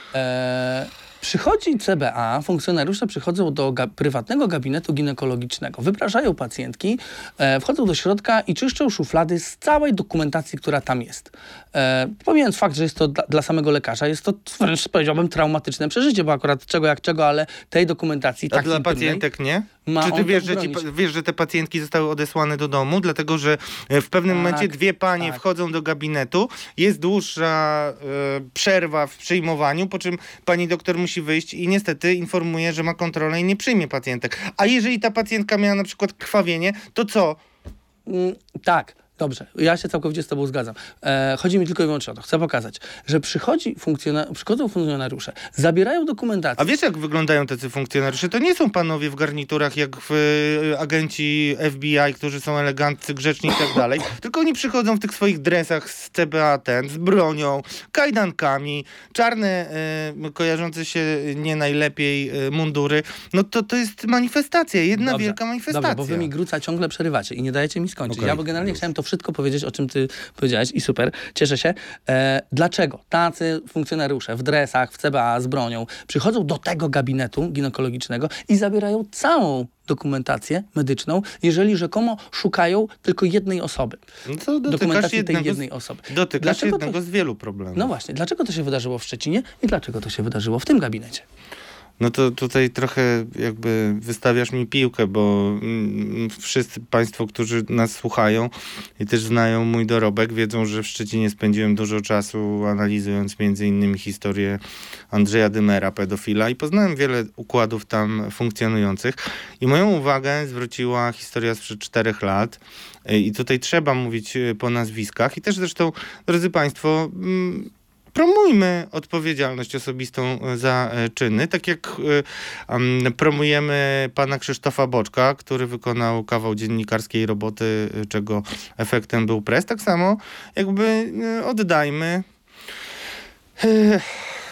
E, przychodzi C B A, funkcjonariusze przychodzą do ga- prywatnego gabinetu ginekologicznego, wypraszają pacjentki, e, wchodzą do środka i czyszczą szuflady z całej dokumentacji, która tam jest. E, pomijając fakt, że jest to dla, dla samego lekarza, jest to wręcz powiedziałbym traumatyczne przeżycie, bo akurat czego jak czego, ale tej dokumentacji A tak dla intymnej pacjentek nie? ma Czy on ty to wiesz że, ci, bronić. wiesz, że te pacjentki zostały odesłane do domu, dlatego że e, w pewnym Tak, momencie dwie panie tak. wchodzą do gabinetu, jest dłuższa e, przerwa w przyjmowaniu, po czym pani doktor musi wyjść i niestety informuje, że ma kontrolę i nie przyjmie pacjentek. A jeżeli ta pacjentka miała na przykład krwawienie, to co? Mm, tak, dobrze. Ja się całkowicie z tobą zgadzam. E, chodzi mi tylko i wyłącznie o to. Chcę pokazać, że przychodzi funkcjona- przychodzą funkcjonariusze, zabierają dokumentację. A wiesz, jak wyglądają tacy funkcjonariusze? To nie są panowie w garniturach jak w, y, agenci F B I, którzy są eleganccy, grzeczni i tak dalej, tylko oni przychodzą w tych swoich dresach z C B A ten, z bronią, kajdankami, czarne, y, kojarzące się nie najlepiej y, mundury. No to to jest manifestacja, jedna Dobrze, wielka manifestacja. Dobrze, bo wy mi Gruca ciągle przerywacie i nie dajecie mi skończyć. Okej, ja bo generalnie już. chciałem to wszystko powiedzieć, o czym ty powiedziałeś i super, cieszę się. E, dlaczego tacy funkcjonariusze w dresach, w C B A z bronią przychodzą do tego gabinetu ginekologicznego i zabierają całą dokumentację medyczną, jeżeli rzekomo szukają tylko jednej osoby. No to dotykasz Dokumentacji tej jednego, jednej z, osoby. dotykasz Dlaczego jednego to- z wielu problemów. No właśnie, dlaczego to się wydarzyło w Szczecinie i dlaczego to się wydarzyło w tym gabinecie? No to tutaj trochę jakby wystawiasz mi piłkę, bo mm, wszyscy państwo, którzy nas słuchają i też znają mój dorobek, wiedzą, że w Szczecinie spędziłem dużo czasu analizując między innymi historię Andrzeja Dymera, pedofila, i poznałem wiele układów tam funkcjonujących. I moją uwagę zwróciła historia sprzed czterech lat. I tutaj trzeba mówić po nazwiskach. I też zresztą, drodzy państwo, mm, promujmy odpowiedzialność osobistą za e, czyny, tak jak e, um, promujemy pana Krzysztofa Boczka, który wykonał kawał dziennikarskiej roboty, e, czego efektem był press. Tak samo jakby e, oddajmy e,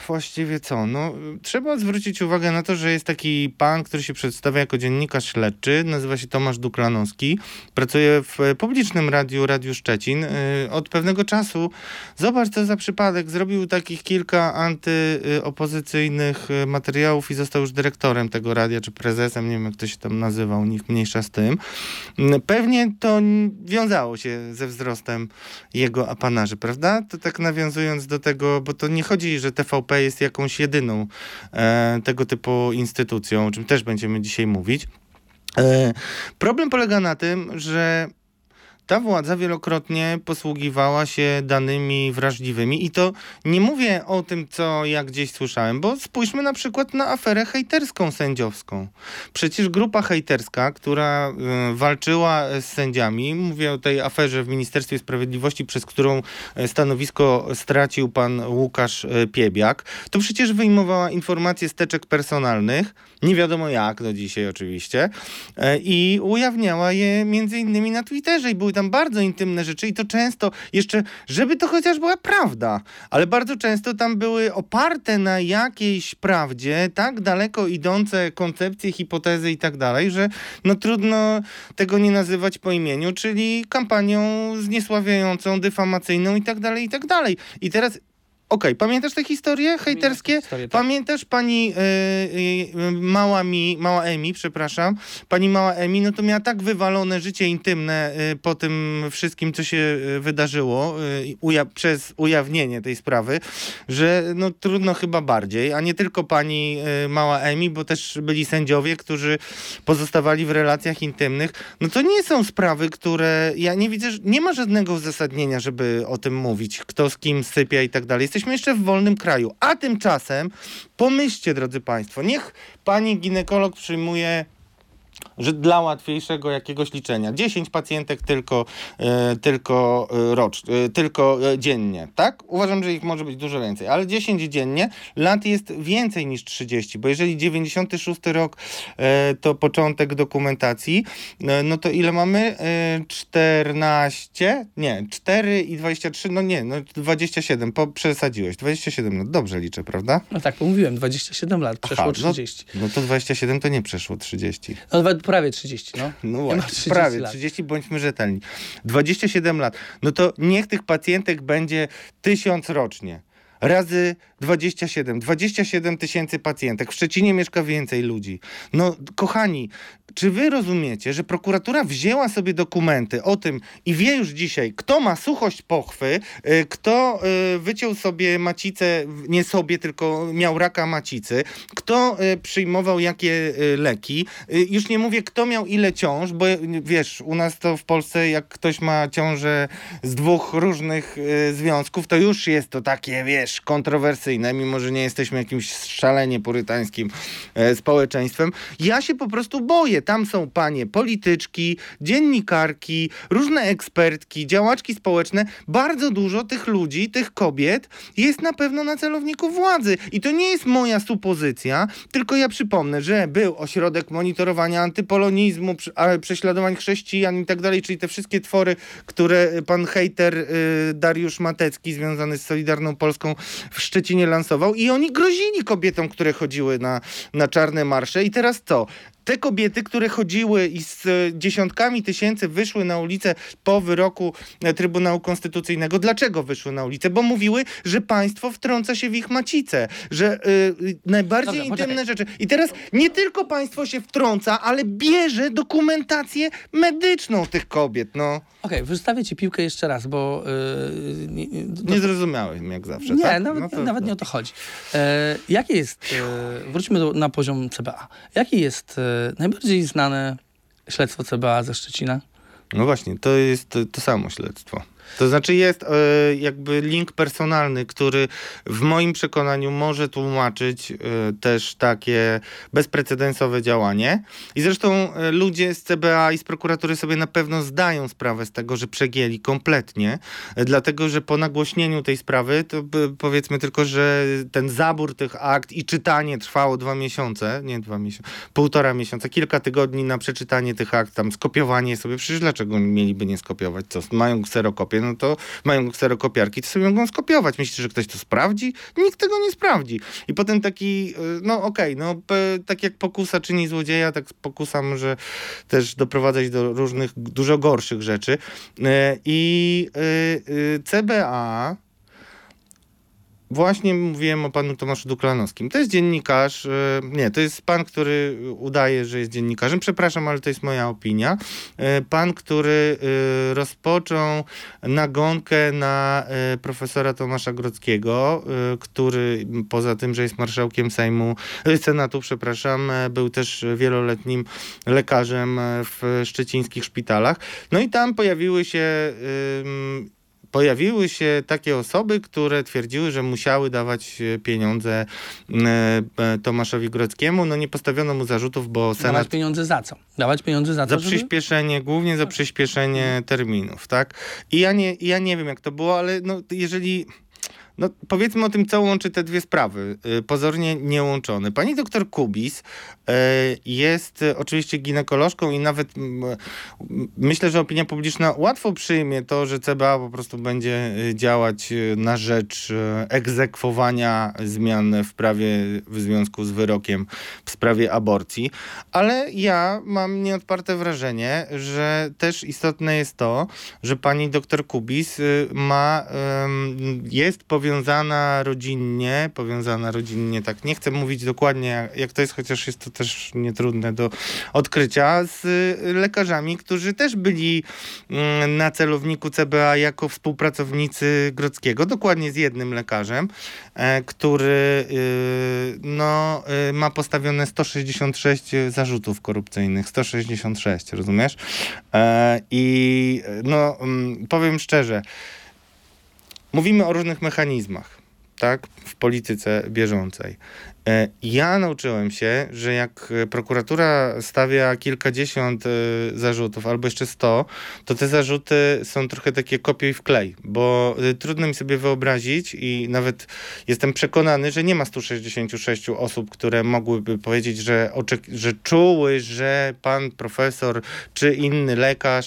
właściwie co? No, trzeba zwrócić uwagę na to, że jest taki pan, który się przedstawia jako dziennikarz śledczy, nazywa się Tomasz Duklanowski, pracuje w publicznym radiu, Radiu Szczecin. Od pewnego czasu, zobacz co za przypadek, zrobił takich kilka antyopozycyjnych materiałów i został już dyrektorem tego radia, czy prezesem, nie wiem jak to się tam nazywał, nikt mniejsza z tym. Pewnie to wiązało się ze wzrostem jego apanarzy, prawda? To tak nawiązując do tego, bo to nie chodzi, że T V P jest jakąś jedyną e, tego typu instytucją, o czym też będziemy dzisiaj mówić. E, problem polega na tym, że ta władza wielokrotnie posługiwała się danymi wrażliwymi i to nie mówię o tym, co ja gdzieś słyszałem, bo spójrzmy na przykład na aferę hejterską sędziowską. Przecież grupa hejterska, która y, walczyła z sędziami, mówię o tej aferze w Ministerstwie Sprawiedliwości, przez którą stanowisko stracił pan Łukasz Piebiak, to przecież wyjmowała informacje z teczek personalnych, nie wiadomo jak do dzisiaj oczywiście, y, i ujawniała je między innymi na Twitterze i były tam bardzo intymne rzeczy i to często jeszcze, żeby to chociaż była prawda, ale bardzo często tam były oparte na jakiejś prawdzie, tak daleko idące koncepcje, hipotezy i tak dalej, że no trudno tego nie nazywać po imieniu, czyli kampanią zniesławiającą, dyfamacyjną i tak dalej, i tak dalej. I teraz Okej, okay, pamiętasz te historie hejterskie? Historię, tak. Pamiętasz pani yy, yy, mała mi, mała Emi, przepraszam, pani mała Emi, no to miała tak wywalone życie intymne yy, po tym wszystkim, co się yy, wydarzyło yy, uja- przez ujawnienie tej sprawy, że no trudno chyba bardziej, a nie tylko pani yy, mała Emi, bo też byli sędziowie, którzy pozostawali w relacjach intymnych. No to nie są sprawy, które, ja nie widzę, że nie ma żadnego uzasadnienia, żeby o tym mówić, kto z kim sypia i tak dalej. Jesteśmy jeszcze w wolnym kraju. A tymczasem pomyślcie, drodzy państwo, niech pani ginekolog przyjmuje, że dla łatwiejszego jakiegoś liczenia dziesięć pacjentek tylko, e, tylko e, rocznie, e, tylko e, dziennie, tak? Uważam, że ich może być dużo więcej, ale dziesięć dziennie, lat jest więcej niż trzydzieści, bo jeżeli dziewięćdziesiąty szósty rok e, to początek dokumentacji, e, no to ile mamy? E, czternaście? Nie, cztery i dwadzieścia trzy, no nie, no dwadzieścia siedem, po, przesadziłeś, dwadzieścia siedem, no dobrze liczę, prawda? No tak, pomówiłem, dwadzieścia siedem lat, przeszło Aha, trzydzieści. No, no to dwadzieścia siedem to nie przeszło trzydzieści. No prawie trzydzieści, no. No Nie ma właśnie, trzydzieści prawie lat. trzydzieści, bądźmy rzetelni. dwadzieścia siedem lat. No to niech tych pacjentek będzie tysiąc rocznie. Razy dwadzieścia siedem. dwadzieścia siedem tysięcy pacjentek. W Szczecinie mieszka więcej ludzi. No, kochani, czy wy rozumiecie, że prokuratura wzięła sobie dokumenty o tym i wie już dzisiaj, kto ma suchość pochwy, y, kto y, wyciął sobie macicę, nie sobie, tylko miał raka macicy, kto y, przyjmował jakie y, leki. Y, już nie mówię, kto miał ile ciąż, bo y, wiesz, u nas to w Polsce, jak ktoś ma ciążę z dwóch różnych y, związków, to już jest to takie, wiesz, kontrowersyjne, mimo że nie jesteśmy jakimś szalenie purytańskim y, społeczeństwem. Ja się po prostu boję. Tam są panie polityczki, dziennikarki, różne ekspertki, działaczki społeczne. Bardzo dużo tych ludzi, tych kobiet jest na pewno na celowniku władzy. I to nie jest moja supozycja, tylko ja przypomnę, że był ośrodek monitorowania antypolonizmu, prześladowań chrześcijan i tak dalej, czyli te wszystkie twory, które pan hejter y, Dariusz Matecki związany z Solidarną Polską w Szczecinie lansował i oni grozili kobietom, które chodziły na, na czarne marsze. I teraz co? Te kobiety, które chodziły i z dziesiątkami tysięcy wyszły na ulicę po wyroku Trybunału Konstytucyjnego. Dlaczego wyszły na ulicę? Bo mówiły, że państwo wtrąca się w ich macicę, że yy, najbardziej Dobra, intymne poczekaj. rzeczy. I teraz nie tylko państwo się wtrąca, ale bierze dokumentację medyczną tych kobiet. No, Okej, okay, wystawię ci piłkę jeszcze raz, bo... Yy, nie, nie, nie zrozumiałem jak zawsze. Nie, tak? nawet, No to, nawet to. nie o to chodzi. E, jakie jest... E, wróćmy do, na poziom C B A. Jaki jest e, najbardziej znane śledztwo C B A ze Szczecina? No właśnie, to jest to, to samo śledztwo. To znaczy jest e, jakby link personalny, który w moim przekonaniu może tłumaczyć e, też takie bezprecedensowe działanie. I zresztą e, ludzie z C B A i z prokuratury sobie na pewno zdają sprawę z tego, że przegięli kompletnie, e, dlatego że po nagłośnieniu tej sprawy, to b, powiedzmy tylko, że ten zabór tych akt i czytanie trwało dwa miesiące, nie dwa miesiące, półtora miesiąca, kilka tygodni na przeczytanie tych akt, tam skopiowanie sobie. Przecież dlaczego mieliby nie skopiować? Co, mają kserokopię? Photoshopie, no to mają kserokopiarki, to sobie mogą skopiować. Myślicie, że ktoś to sprawdzi? Nikt tego nie sprawdzi. I potem taki, no okej, okay, no p- tak jak pokusa czyni złodzieja, tak pokusa może też doprowadzać do różnych, dużo gorszych rzeczy. I C B A, właśnie mówiłem o panu Tomaszu Duklanowskim. To jest dziennikarz, nie, to jest pan, który udaje, że jest dziennikarzem. Przepraszam, ale to jest moja opinia. Pan, który rozpoczął nagonkę na profesora Tomasza Grodzkiego, który poza tym, że jest marszałkiem Sejmu, Senatu, przepraszam, był też wieloletnim lekarzem w szczecińskich szpitalach. No i tam pojawiły się Pojawiły się takie osoby, które twierdziły, że musiały dawać pieniądze Tomaszowi Grodzkiemu. No nie postawiono mu zarzutów, bo Senat... Dawać pieniądze za co? Dawać pieniądze za co, Za żeby... przyspieszenie, głównie za przyspieszenie terminów, tak? I ja nie, ja nie wiem, jak to było, ale no, jeżeli... No, powiedzmy o tym, co łączy te dwie sprawy, yy, pozornie niełączone. Pani doktor Kubis yy, jest y, oczywiście ginekolożką i nawet yy, myślę, że opinia publiczna łatwo przyjmie to, że C B A po prostu będzie y, działać y, na rzecz y, egzekwowania zmian w prawie w związku z wyrokiem w sprawie aborcji. Ale ja mam nieodparte wrażenie, że też istotne jest to, że pani doktor Kubis y, ma, y, jest powiązana powiązana rodzinnie, powiązana rodzinnie, tak nie chcę mówić dokładnie jak, jak to jest, chociaż jest to też nietrudne do odkrycia, z lekarzami, którzy też byli mm, na celowniku C B A jako współpracownicy Grodzkiego, dokładnie z jednym lekarzem, e, który y, no, y, ma postawione sto sześćdziesiąt sześć zarzutów korupcyjnych, sto sześćdziesiąt sześć, rozumiesz? E, I no, mm, powiem szczerze, mówimy o różnych mechanizmach, tak, w polityce bieżącej. Ja nauczyłem się, że jak prokuratura stawia kilkadziesiąt zarzutów albo jeszcze sto, to te zarzuty są trochę takie kopiuj wklej, bo trudno mi sobie wyobrazić i nawet jestem przekonany, że nie ma stu sześćdziesięciu sześciu osób, które mogłyby powiedzieć, że, oczek- że czuły, że pan profesor czy inny lekarz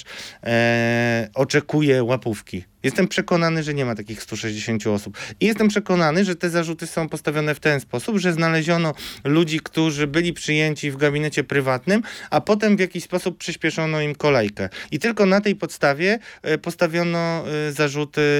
e, oczekuje łapówki. Jestem przekonany, że nie ma takich stu sześćdziesięciu osób. I jestem przekonany, że te zarzuty są postawione w ten sposób, że znaleziono ludzi, którzy byli przyjęci w gabinecie prywatnym, a potem w jakiś sposób przyspieszono im kolejkę. I tylko na tej podstawie postawiono zarzuty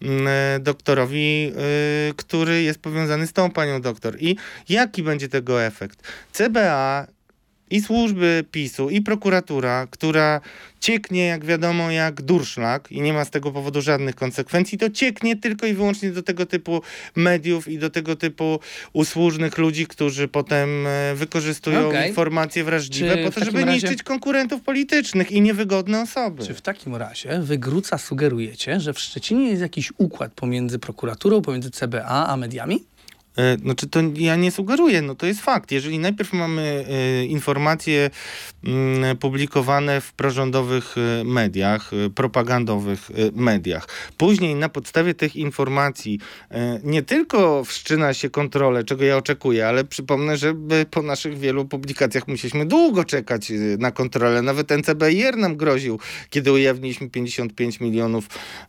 doktorowi, który jest powiązany z tą panią doktor. I jaki będzie tego efekt? C B A i służby PiSu, i prokuratura, która cieknie, jak wiadomo, jak durszlak i nie ma z tego powodu żadnych konsekwencji, to cieknie tylko i wyłącznie do tego typu mediów i do tego typu usłużnych ludzi, którzy potem wykorzystują okay. informacje wrażliwe Czy po to, żeby razie... niszczyć konkurentów politycznych i niewygodne osoby. Czy w takim razie wy, Gruca, sugerujecie, że w Szczecinie jest jakiś układ pomiędzy prokuraturą, pomiędzy C B A a mediami? Znaczy to ja nie sugeruję, no to jest fakt. Jeżeli najpierw mamy y, informacje y, publikowane w prorządowych y, mediach, y, propagandowych y, mediach, później na podstawie tych informacji y, nie tylko wszczyna się kontrolę, czego ja oczekuję, ale przypomnę, że po naszych wielu publikacjach musieliśmy długo czekać y, na kontrolę. Nawet N C B R nam groził, kiedy ujawniliśmy pięćdziesiąt pięć milionów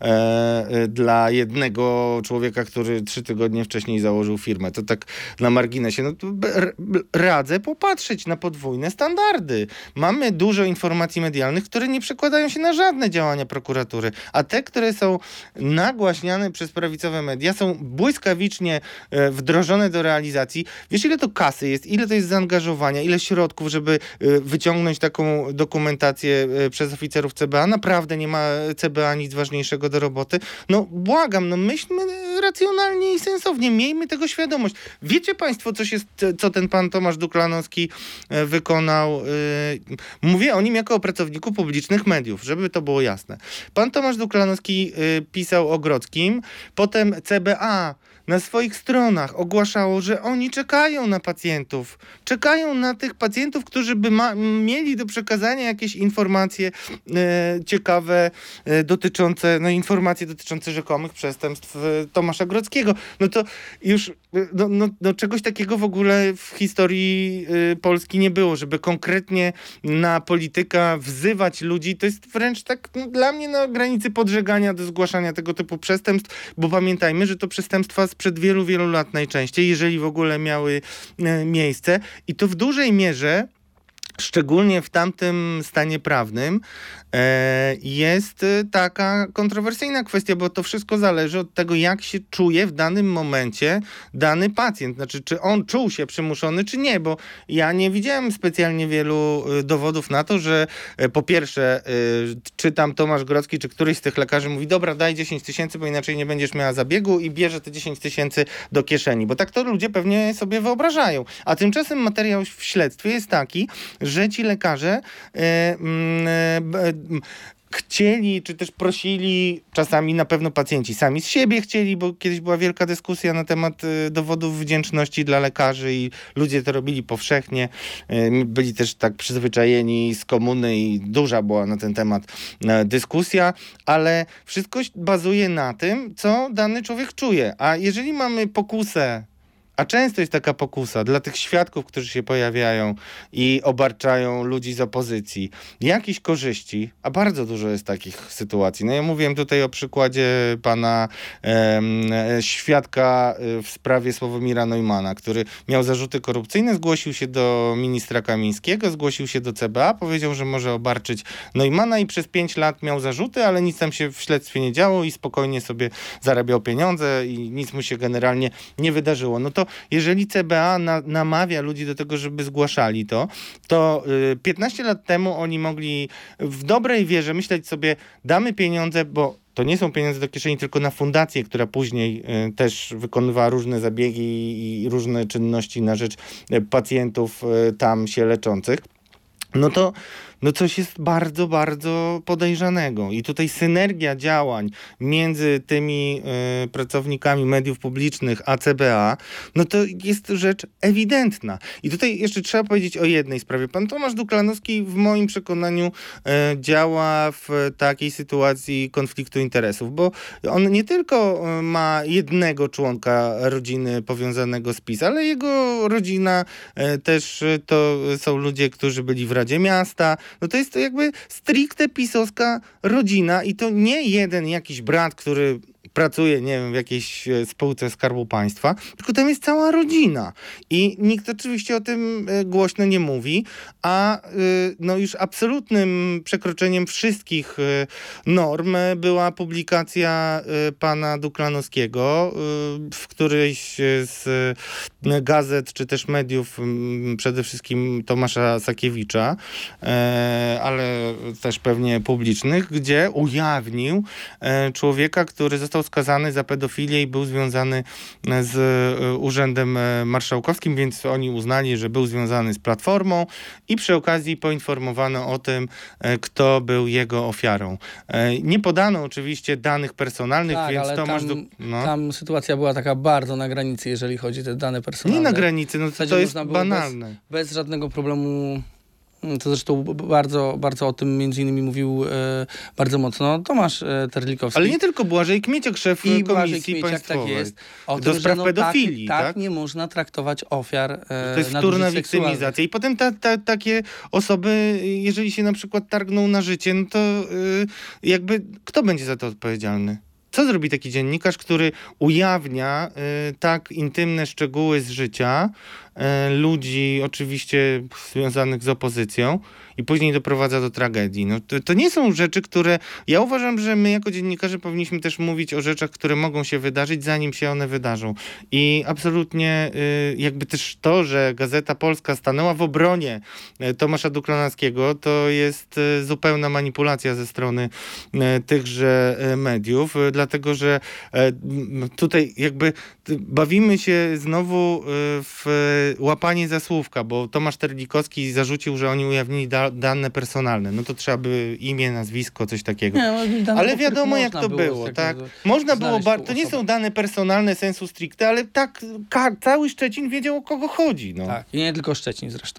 y, y, dla jednego człowieka, który trzy tygodnie wcześniej założył firmę. To tak na marginesie. No to radzę popatrzeć na podwójne standardy. Mamy dużo informacji medialnych, które nie przekładają się na żadne działania prokuratury, a te, które są nagłaśniane przez prawicowe media, są błyskawicznie wdrożone do realizacji. Wiesz, ile to kasy jest, ile to jest zaangażowania, ile środków, żeby wyciągnąć taką dokumentację przez oficerów C B A? Naprawdę nie ma C B A nic ważniejszego do roboty? No błagam, no myślmy racjonalnie i sensownie. Miejmy tego świadomość. Wiecie państwo, co, się, co ten pan Tomasz Duklanowski wykonał? Mówię o nim jako o pracowniku publicznych mediów, żeby to było jasne. Pan Tomasz Duklanowski pisał o Grodzkim, potem C B A na swoich stronach ogłaszało, że oni czekają na pacjentów. Czekają na tych pacjentów, którzy by ma- mieli do przekazania jakieś informacje e, ciekawe, e, dotyczące, no informacje dotyczące rzekomych przestępstw e, Tomasza Grodzkiego. No to już no, no, no czegoś takiego w ogóle w historii y, Polski nie było, żeby konkretnie na polityka wzywać ludzi. To jest wręcz tak no, dla mnie na granicy podżegania do zgłaszania tego typu przestępstw, bo pamiętajmy, że to przestępstwa sprzed wielu, wielu lat najczęściej, jeżeli w ogóle miały y, miejsce. I to w dużej mierze, szczególnie w tamtym stanie prawnym, e, jest taka kontrowersyjna kwestia, bo to wszystko zależy od tego, jak się czuje w danym momencie dany pacjent. Znaczy, czy on czuł się przymuszony, czy nie, bo ja nie widziałem specjalnie wielu y, dowodów na to, że y, po pierwsze, y, czy tam Tomasz Grodzki, czy któryś z tych lekarzy mówi, dobra, daj dziesięć tysięcy, bo inaczej nie będziesz miała zabiegu i bierze te dziesięć tysięcy do kieszeni, bo tak to ludzie pewnie sobie wyobrażają. A tymczasem materiał w śledztwie jest taki, że ci lekarze e, e, e, chcieli, czy też prosili, czasami na pewno pacjenci sami z siebie chcieli, bo kiedyś była wielka dyskusja na temat e, dowodów wdzięczności dla lekarzy i ludzie to robili powszechnie. E, byli też tak przyzwyczajeni z komuny i duża była na ten temat e, dyskusja, ale wszystko bazuje na tym, co dany człowiek czuje. A jeżeli mamy pokusę, a często jest taka pokusa dla tych świadków, którzy się pojawiają i obarczają ludzi z opozycji, jakieś korzyści, a bardzo dużo jest takich sytuacji. No ja mówiłem tutaj o przykładzie pana e, świadka w sprawie Sławomira Neumanna, który miał zarzuty korupcyjne, zgłosił się do ministra Kamińskiego, zgłosił się do C B A, powiedział, że może obarczyć Neumanna i przez pięć lat miał zarzuty, ale nic tam się w śledztwie nie działo i spokojnie sobie zarabiał pieniądze i nic mu się generalnie nie wydarzyło. No to jeżeli C B A na, namawia ludzi do tego, żeby zgłaszali to, to y, piętnaście lat temu oni mogli w dobrej wierze myśleć sobie, damy pieniądze, bo to nie są pieniądze do kieszeni, tylko na fundację, która później y, też wykonywała różne zabiegi i, i różne czynności na rzecz y, pacjentów y, tam się leczących. No to no coś jest bardzo, bardzo podejrzanego. I tutaj synergia działań między tymi y, pracownikami mediów publicznych a C B A, no to jest rzecz ewidentna. I tutaj jeszcze trzeba powiedzieć o jednej sprawie. Pan Tomasz Duklanowski w moim przekonaniu y, działa w takiej sytuacji konfliktu interesów, bo on nie tylko y, ma jednego członka rodziny powiązanego z PiS, ale jego rodzina y, też y, to są ludzie, którzy byli w Radzie Miasta. No to jest to jakby stricte pisowska rodzina i to nie jeden jakiś brat, który pracuje, nie wiem, w jakiejś spółce Skarbu Państwa, tylko tam jest cała rodzina. I nikt oczywiście o tym głośno nie mówi, a no już absolutnym przekroczeniem wszystkich norm była publikacja pana Duklanowskiego w którejś z gazet, czy też mediów, przede wszystkim Tomasza Sakiewicza, ale też pewnie publicznych, gdzie ujawnił człowieka, który został skazany za pedofilię i był związany z Urzędem Marszałkowskim, więc oni uznali, że był związany z Platformą i przy okazji poinformowano o tym, kto był jego ofiarą. Nie podano oczywiście danych personalnych, tak, więc ale Tomasz... tam, Do... no. tam sytuacja była taka bardzo na granicy, jeżeli chodzi o te dane personalne. Nie na granicy, no to, to jest banalne. Bez, bez żadnego problemu. To zresztą bardzo, bardzo o tym między innymi mówił e, bardzo mocno Tomasz e, Terlikowski. Ale nie tylko Błażej Kmieciak, szef I Komisji Kmieciak, Państwowej. Tak jest. O do tym, spraw że no pedofilii, tak, tak? tak nie można traktować ofiar e, To jest wtórna wiktymizacja. I potem ta, ta, takie osoby, jeżeli się na przykład targną na życie, no to yy, jakby kto będzie za to odpowiedzialny? Co zrobi taki dziennikarz, który ujawnia y, tak intymne szczegóły z życia y, ludzi, oczywiście związanych z opozycją, i później doprowadza do tragedii? No, to, to nie są rzeczy, które... Ja uważam, że my jako dziennikarze powinniśmy też mówić o rzeczach, które mogą się wydarzyć, zanim się one wydarzą. I absolutnie y, jakby też to, że Gazeta Polska stanęła w obronie y, Tomasza Duklanowskiego, to jest y, zupełna manipulacja ze strony y, tychże y, mediów, y, dlatego że y, tutaj jakby bawimy się znowu y, w łapanie za słówka, bo Tomasz Terlikowski zarzucił, że oni ujawnili da, dane personalne. No to trzeba by imię, nazwisko, coś takiego. Nie, dane, ale wiadomo, jak to było, było tak? Można było, bar- to nie są dane personalne sensu stricte, ale tak ka- cały Szczecin wiedział, o kogo chodzi. No. Tak, i nie tylko Szczecin zresztą.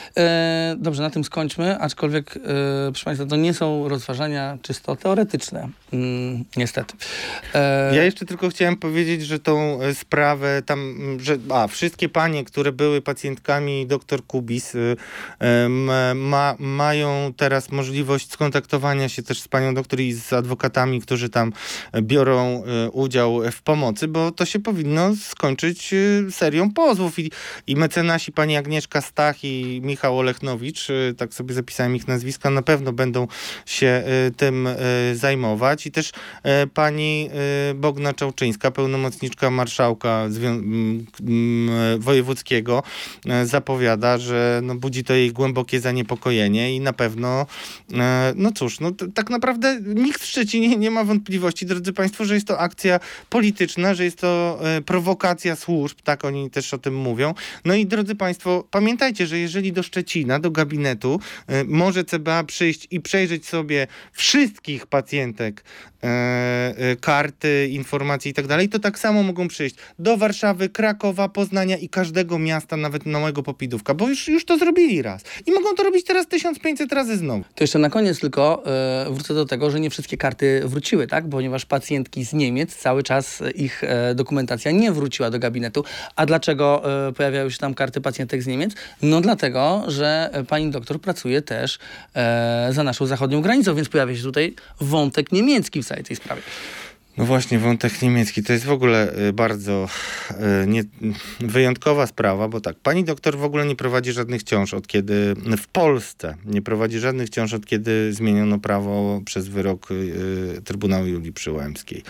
E, dobrze, na tym skończmy, aczkolwiek, e, proszę Państwa, to nie są rozważania czysto teoretyczne, mm, niestety. E, ja jeszcze tylko chciałem powiedzieć, że tą sprawę tam, że a, wszystkie panie, które były pacjentkami dr Kubis, y, y, ma, mają teraz możliwość skontaktowania się też z panią doktor i z adwokatami, którzy tam biorą y, udział w pomocy, bo to się powinno skończyć y, serią pozwów i, i mecenasi pani Agnieszka Stach i Michał Olechnowicz, y, tak sobie zapisałem ich nazwiska, na pewno będą się y, tym y, zajmować i też y, pani y, Bogna Czałczyńska, pełnomocniczka marszałka zwią- m, m, wojewódzkiego, y, zapowiada, że no, budzi to jej głębokie zaniepokojenie i na pewno y, no cóż, no t- tak naprawdę nikt w Szczecinie nie ma wątpliwości, drodzy Państwo, że jest to akcja polityczna, że jest to y, prowokacja służb, tak oni też o tym mówią. No i drodzy Państwo, pamiętajcie, że jeżeli do Szczecina, do gabinetu y, może C B A przyjść i przejrzeć sobie wszystkich pacjentek, y, y, karty, informacje i tak dalej, to tak samo mogą przyjść do Warszawy, Krakowa, Poznania i każdego miasta, nawet małego Popidówka, bo już, już to zrobili raz. I mogą to robić teraz tysiąc pięćset razy znowu. To jeszcze na koniec tylko e, wrócę do tego, że nie wszystkie karty wróciły, tak? Ponieważ pacjentki z Niemiec cały czas ich e, dokumentacja nie wróciła do gabinetu. A dlaczego e, pojawiały się tam karty pacjentek z Niemiec? No dlatego, że pani doktor pracuje też e, za naszą zachodnią granicą, więc pojawia się tutaj wątek niemiecki w całej tej sprawie. No właśnie, wątek niemiecki to jest w ogóle y, bardzo y, nie, wyjątkowa sprawa, bo tak, pani doktor w ogóle nie prowadzi żadnych ciąż od kiedy, w Polsce nie prowadzi żadnych ciąż od kiedy zmieniono prawo przez wyrok y, Trybunału Julii Przyłębskiej.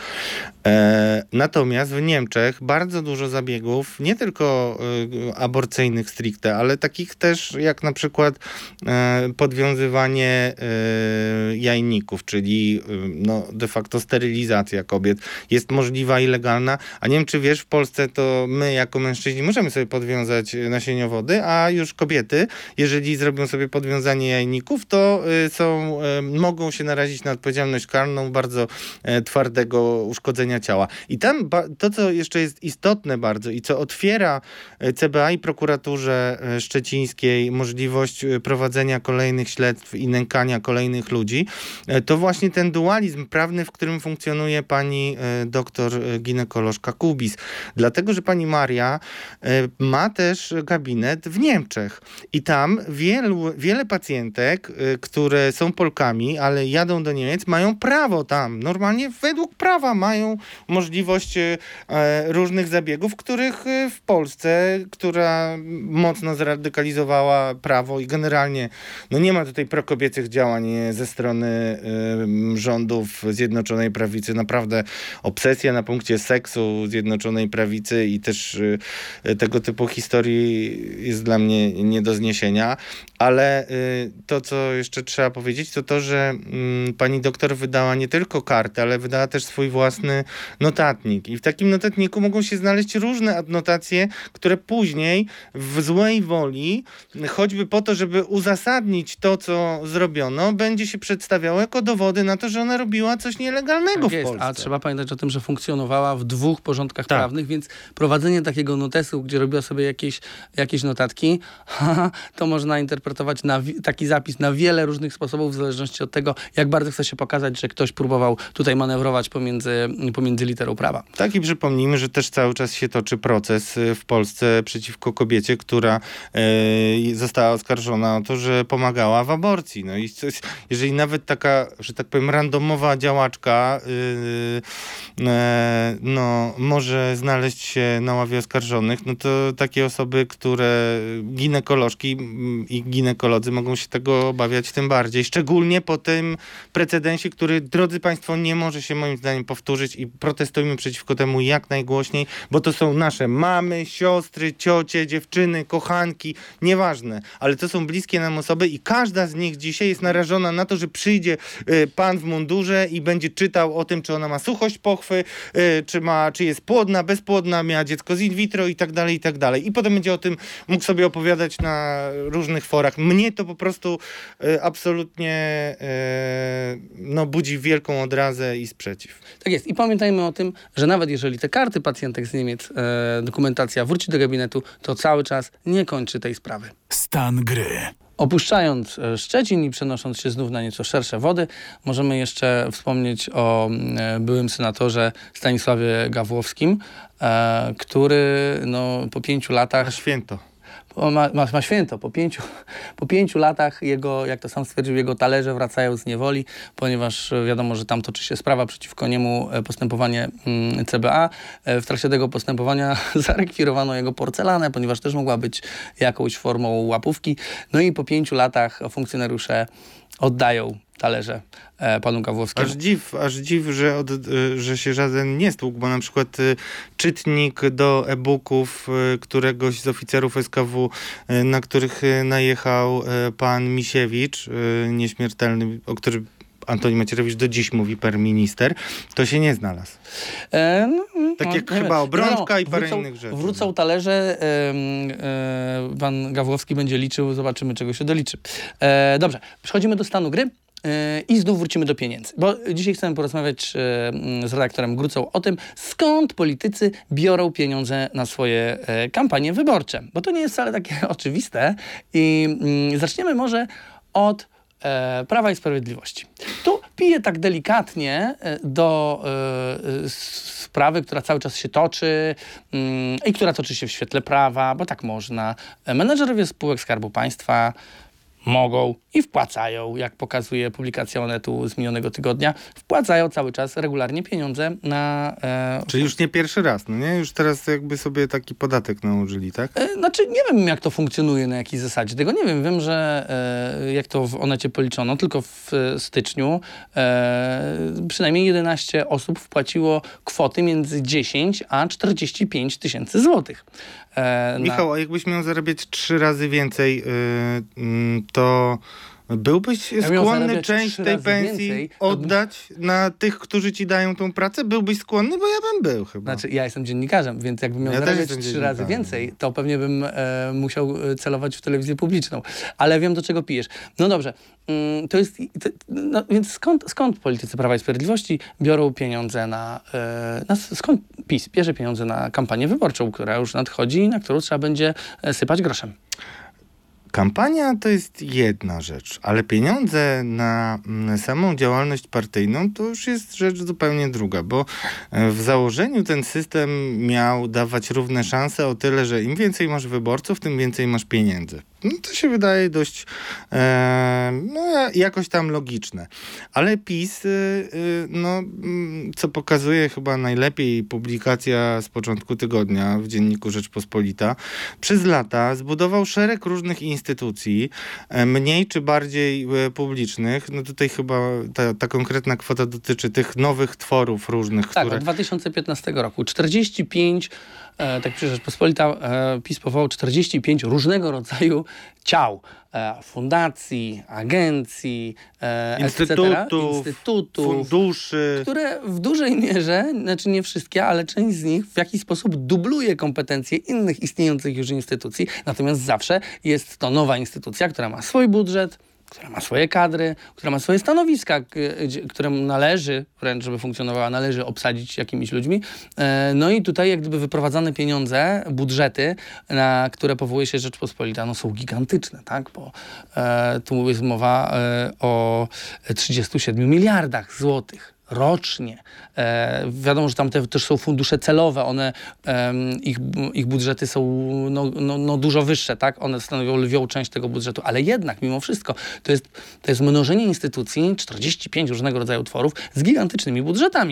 E, natomiast w Niemczech bardzo dużo zabiegów, nie tylko y, aborcyjnych stricte, ale takich też jak na przykład y, podwiązywanie y, jajników, czyli y, no, de facto sterylizacja kobiet jest możliwa i legalna, a nie wiem, czy wiesz, w Polsce to my jako mężczyźni możemy sobie podwiązać nasieniowody, a już kobiety, jeżeli zrobią sobie podwiązanie jajników, to y, są, y, mogą się narazić na odpowiedzialność karną bardzo y, twardego uszkodzenia ciała. I tam ba- to, co jeszcze jest istotne bardzo i co otwiera y, C B A i prokuraturze y, szczecińskiej możliwość y, prowadzenia kolejnych śledztw i nękania kolejnych ludzi, y, to właśnie ten dualizm prawny, w którym funkcjonuje pani pani doktor ginekolożka Kubis. Dlatego, że pani Maria ma też gabinet w Niemczech. I tam wielu, wiele pacjentek, które są Polkami, ale jadą do Niemiec, mają prawo tam. Normalnie według prawa mają możliwość różnych zabiegów, których w Polsce, która mocno zradykalizowała prawo i generalnie no nie ma tutaj prokobiecych działań ze strony rządów Zjednoczonej Prawicy. Naprawdę obsesja na punkcie seksu Zjednoczonej Prawicy i też y, tego typu historii jest dla mnie nie do zniesienia, ale y, to, co jeszcze trzeba powiedzieć, to to, że y, pani doktor wydała nie tylko kartę, ale wydała też swój własny notatnik i w takim notatniku mogą się znaleźć różne adnotacje, które później w złej woli, choćby po to, żeby uzasadnić to, co zrobiono, będzie się przedstawiało jako dowody na to, że ona robiła coś nielegalnego tak w jest, Polsce. A trzeba pamiętać o tym, że funkcjonowała w dwóch porządkach tak. prawnych, więc prowadzenie takiego notesu, gdzie robiła sobie jakieś, jakieś notatki, haha, to można interpretować na wi- taki zapis na wiele różnych sposobów, w zależności od tego, jak bardzo chce się pokazać, że ktoś próbował tutaj manewrować pomiędzy, pomiędzy literą prawa. Tak, i przypomnijmy, że też cały czas się toczy proces w Polsce przeciwko kobiecie, która e, została oskarżona o to, że pomagała w aborcji. No i coś, jeżeli nawet taka, że tak powiem, randomowa działaczka e, e, no, może znaleźć się na ławie oskarżonych, no to takie osoby, które ginekolożki i ginekolodzy mogą się tego obawiać tym bardziej. Szczególnie po tym precedensie, który, drodzy Państwo, nie może się moim zdaniem powtórzyć i protestujmy przeciwko temu jak najgłośniej, bo to są nasze mamy, siostry, ciocie, dziewczyny, kochanki, nieważne, ale to są bliskie nam osoby i każda z nich dzisiaj jest narażona na to, że przyjdzie y, pan w mundurze i będzie czytał o tym, czy ona ma suchość pochwy, y, czy ma, czy jest płodna, bezpłodna, miała dziecko z in vitro i tak dalej, i tak dalej. I potem będzie o tym mógł sobie opowiadać na różnych forach. Mnie to po prostu y, absolutnie y, no, budzi wielką odrazę i sprzeciw. Tak jest. I pamiętajmy o tym, że nawet jeżeli te karty pacjentek z Niemiec, e, dokumentacja wróci do gabinetu, to cały czas nie kończy tej sprawy. Stan gry. Opuszczając Szczecin i przenosząc się znów na nieco szersze wody, możemy jeszcze wspomnieć o e, byłym senatorze Stanisławie Gawłowskim, e, który no, po pięciu latach... Na święto. Ma, ma, ma święto. Po pięciu, po pięciu latach jego, jak to sam stwierdził, jego talerze wracają z niewoli, ponieważ wiadomo, że tam toczy się sprawa przeciwko niemu, postępowanie mm, C B A. W trakcie tego postępowania zarekwirowano jego porcelanę, ponieważ też mogła być jakąś formą łapówki. No i po pięciu latach funkcjonariusze oddają talerze e, panu Gawłowskiemu. Aż dziw, aż dziw, że, od, że się żaden nie stłukł, bo na przykład y, czytnik do e-booków y, któregoś z oficerów S K W, y, na których y, najechał y, pan Misiewicz, y, nieśmiertelny, o którym Antoni Macierewicz do dziś mówi per minister, to się nie znalazł. E, no, tak no, jak chyba obrączka no, i parę wrócą, innych rzeczy. Wrócą talerze, e, e, pan Gawłowski będzie liczył, zobaczymy, czego się doliczy. E, dobrze, przechodzimy do stanu gry. I znów wrócimy do pieniędzy, bo dzisiaj chcemy porozmawiać z redaktorem Grucą o tym, skąd politycy biorą pieniądze na swoje kampanie wyborcze. Bo to nie jest wcale takie oczywiste i zaczniemy może od Prawa i Sprawiedliwości. Tu piję tak delikatnie do sprawy, która cały czas się toczy i która toczy się w świetle prawa, bo tak można. Menedżerowie spółek Skarbu Państwa mogą i wpłacają, jak pokazuje publikacja Onetu z minionego tygodnia, wpłacają cały czas regularnie pieniądze na... E, Czyli już nie pierwszy raz, no nie? Już teraz jakby sobie taki podatek nałożyli, tak? E, znaczy nie wiem, jak to funkcjonuje, na jakiej zasadzie. Tego nie wiem. Wiem, że e, jak to w Onecie policzono, tylko w e, styczniu e, przynajmniej jedenaście osób wpłaciło kwoty między dziesięć a czterdzieści pięć tysięcy złotych. E, Michał, na... a jakbyś miał zarabiać trzy razy więcej, yy, yy, to byłbyś ja skłonny część tej pensji więcej, oddać to... na tych, którzy ci dają tą pracę? Byłbyś skłonny? Bo ja bym był chyba. Znaczy, ja jestem dziennikarzem, więc jakbym miał ja zarabiać trzy razy więcej, to pewnie bym e, musiał celować w telewizję publiczną. Ale wiem, do czego pijesz. No dobrze, mm, to jest... To, no, więc skąd, skąd politycy Prawa i Sprawiedliwości biorą pieniądze na, e, na... Skąd PiS bierze pieniądze na kampanię wyborczą, która już nadchodzi i na którą trzeba będzie sypać groszem? Kampania to jest jedna rzecz, ale pieniądze na samą działalność partyjną to już jest rzecz zupełnie druga, bo w założeniu ten system miał dawać równe szanse o tyle, że im więcej masz wyborców, tym więcej masz pieniędzy. No to się wydaje dość e, no, jakoś tam logiczne. Ale PiS, y, y, no, co pokazuje chyba najlepiej publikacja z początku tygodnia w dzienniku Rzeczpospolita, przez lata zbudował szereg różnych instytucji, e, mniej czy bardziej e, publicznych. No tutaj chyba ta, ta konkretna kwota dotyczy tych nowych tworów różnych, tak, które... od dwa tysiące piętnastego roku. czterdzieści pięć E, tak przecież Rzeczpospolita e, PiS powołał czterdzieści pięć różnego rodzaju ciał, e, fundacji, agencji, e, instytutów, instytutów, funduszy, które w dużej mierze, znaczy nie wszystkie, ale część z nich w jakiś sposób dubluje kompetencje innych istniejących już instytucji, natomiast zawsze jest to nowa instytucja, która ma swój budżet, która ma swoje kadry, która ma swoje stanowiska, którym należy, wręcz żeby funkcjonowała, należy obsadzić jakimiś ludźmi. No i tutaj jak gdyby wyprowadzane pieniądze, budżety, na które powołuje się Rzeczpospolita, no są gigantyczne, tak? Bo e, tu jest mowa e, o trzydziestu siedmiu miliardach złotych rocznie. E, wiadomo, że tam te, też są fundusze celowe, one, e, ich, ich budżety są no, no, no dużo wyższe, tak? One stanowią lwią część tego budżetu, ale jednak mimo wszystko to jest, to jest mnożenie instytucji, czterdzieści pięć różnego rodzaju tworów z gigantycznymi budżetami.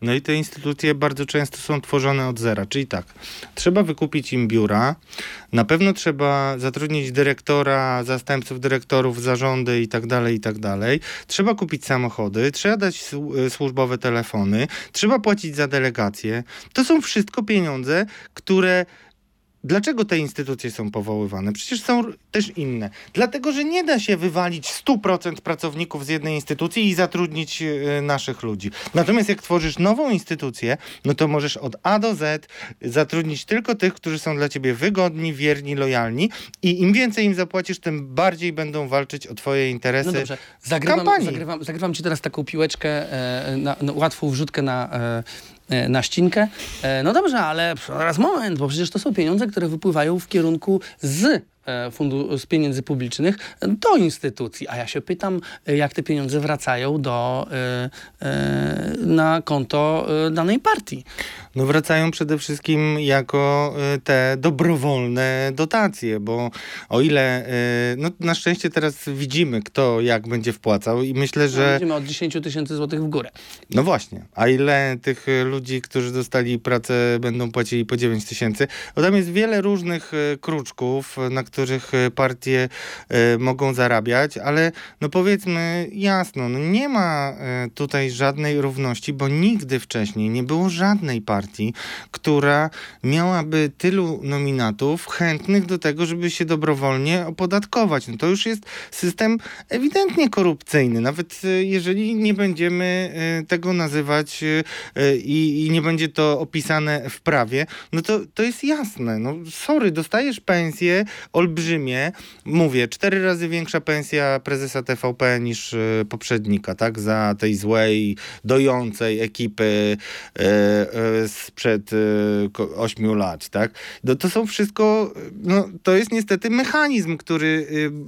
No i te instytucje bardzo często są tworzone od zera. Czyli tak, trzeba wykupić im biura, na pewno trzeba zatrudnić dyrektora, zastępców dyrektorów, zarządy i tak dalej, i tak dalej. Trzeba kupić samochody, trzeba dać służbowe telefony, trzeba płacić za delegacje. To są wszystko pieniądze, które... Dlaczego te instytucje są powoływane? Przecież są też inne. Dlatego, że nie da się wywalić stu procent pracowników z jednej instytucji i zatrudnić y, naszych ludzi. Natomiast jak tworzysz nową instytucję, no to możesz od A do Z zatrudnić tylko tych, którzy są dla ciebie wygodni, wierni, lojalni i im więcej im zapłacisz, tym bardziej będą walczyć o twoje interesy. No dobrze, zagrywam, kampanii. zagrywam, zagrywam ci teraz taką piłeczkę, e, na, na, łatwą wrzutkę na... E, na ścinkę. No dobrze, ale teraz moment, bo przecież to są pieniądze, które wypływają w kierunku z, fundu, z pieniędzy publicznych do instytucji. A ja się pytam, jak te pieniądze wracają do, na konto danej partii. No wracają przede wszystkim jako te dobrowolne dotacje, bo o ile, no na szczęście teraz widzimy, kto jak będzie wpłacał i myślę, że... No, widzimy od dziesięć tysięcy złotych w górę. No właśnie, a ile tych ludzi, którzy dostali pracę, będą płacili po dziewięć tysięcy? Bo tam jest wiele różnych kruczków, na których partie mogą zarabiać, ale no powiedzmy jasno, no nie ma tutaj żadnej równości, bo nigdy wcześniej nie było żadnej partii, która miałaby tylu nominatów chętnych do tego, żeby się dobrowolnie opodatkować. No to już jest system ewidentnie korupcyjny. Nawet jeżeli nie będziemy tego nazywać i, i nie będzie to opisane w prawie, no to, to jest jasne. No sorry, dostajesz pensję olbrzymie. Mówię, cztery razy większa pensja prezesa T V P niż poprzednika, tak? Za tej złej, dojącej ekipy e, e, sprzed ośmiu lat, tak? No, to są wszystko, no, to jest niestety mechanizm, który...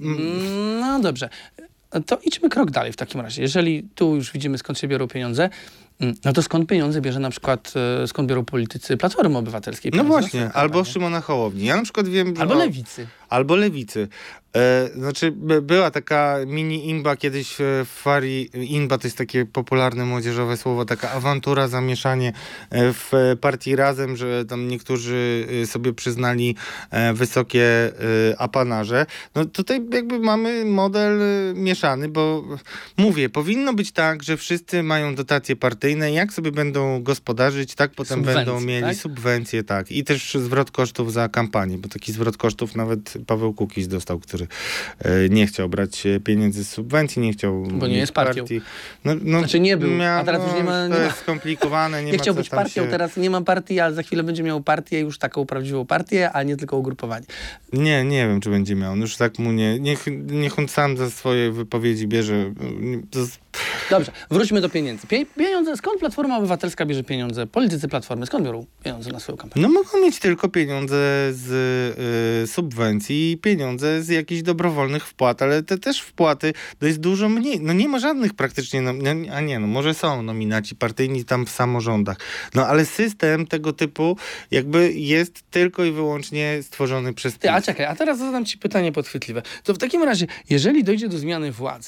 No dobrze. To idźmy krok dalej w takim razie. Jeżeli tu już widzimy, skąd się biorą pieniądze, no to skąd pieniądze bierze na przykład, skąd biorą politycy Platformy Obywatelskiej? No właśnie, albo Szymona Hołowni. Ja na przykład wiem... Albo o, Lewicy. Albo Lewicy. E, znaczy, by, była taka mini imba kiedyś w Farii. Imba to jest takie popularne młodzieżowe słowo, taka awantura, zamieszanie w partii Razem, że tam niektórzy sobie przyznali wysokie apanarze. No tutaj jakby mamy model mieszany, bo mówię, powinno być tak, że wszyscy mają dotacje partyjne, jak sobie będą gospodarzyć, tak potem Subwencje, będą mieli tak? subwencje, tak. I też zwrot kosztów za kampanię, bo taki zwrot kosztów nawet Paweł Kukiz dostał, który e, nie chciał brać pieniędzy z subwencji, nie chciał... Bo nie jest partią. Partii. No, no, znaczy nie był, mia, a teraz już nie ma... To nie jest skomplikowane, nie, nie ma chciał co być tam partią, się... teraz nie ma partii, ale za chwilę będzie miał partię, już taką prawdziwą partię, a nie tylko ugrupowanie. Nie, nie wiem, czy będzie miał. Już tak mu nie... Niech, niech on sam za swoje wypowiedzi bierze... To... Dobrze, wróćmy do pieniędzy. Pie- pieniądze, skąd Platforma Obywatelska bierze pieniądze? Politycy Platformy, skąd biorą pieniądze na swoją kampanię? No mogą mieć tylko pieniądze z y, subwencji i pieniądze z jakichś dobrowolnych wpłat, ale te też wpłaty to jest dużo mniej. No nie ma żadnych praktycznie, no, a nie, no może są nominaci partyjni tam w samorządach. No ale system tego typu jakby jest tylko i wyłącznie stworzony przez Ty, PiS. a czekaj, a teraz zadam ci pytanie podchwytliwe. To w takim razie, jeżeli dojdzie do zmiany władzy,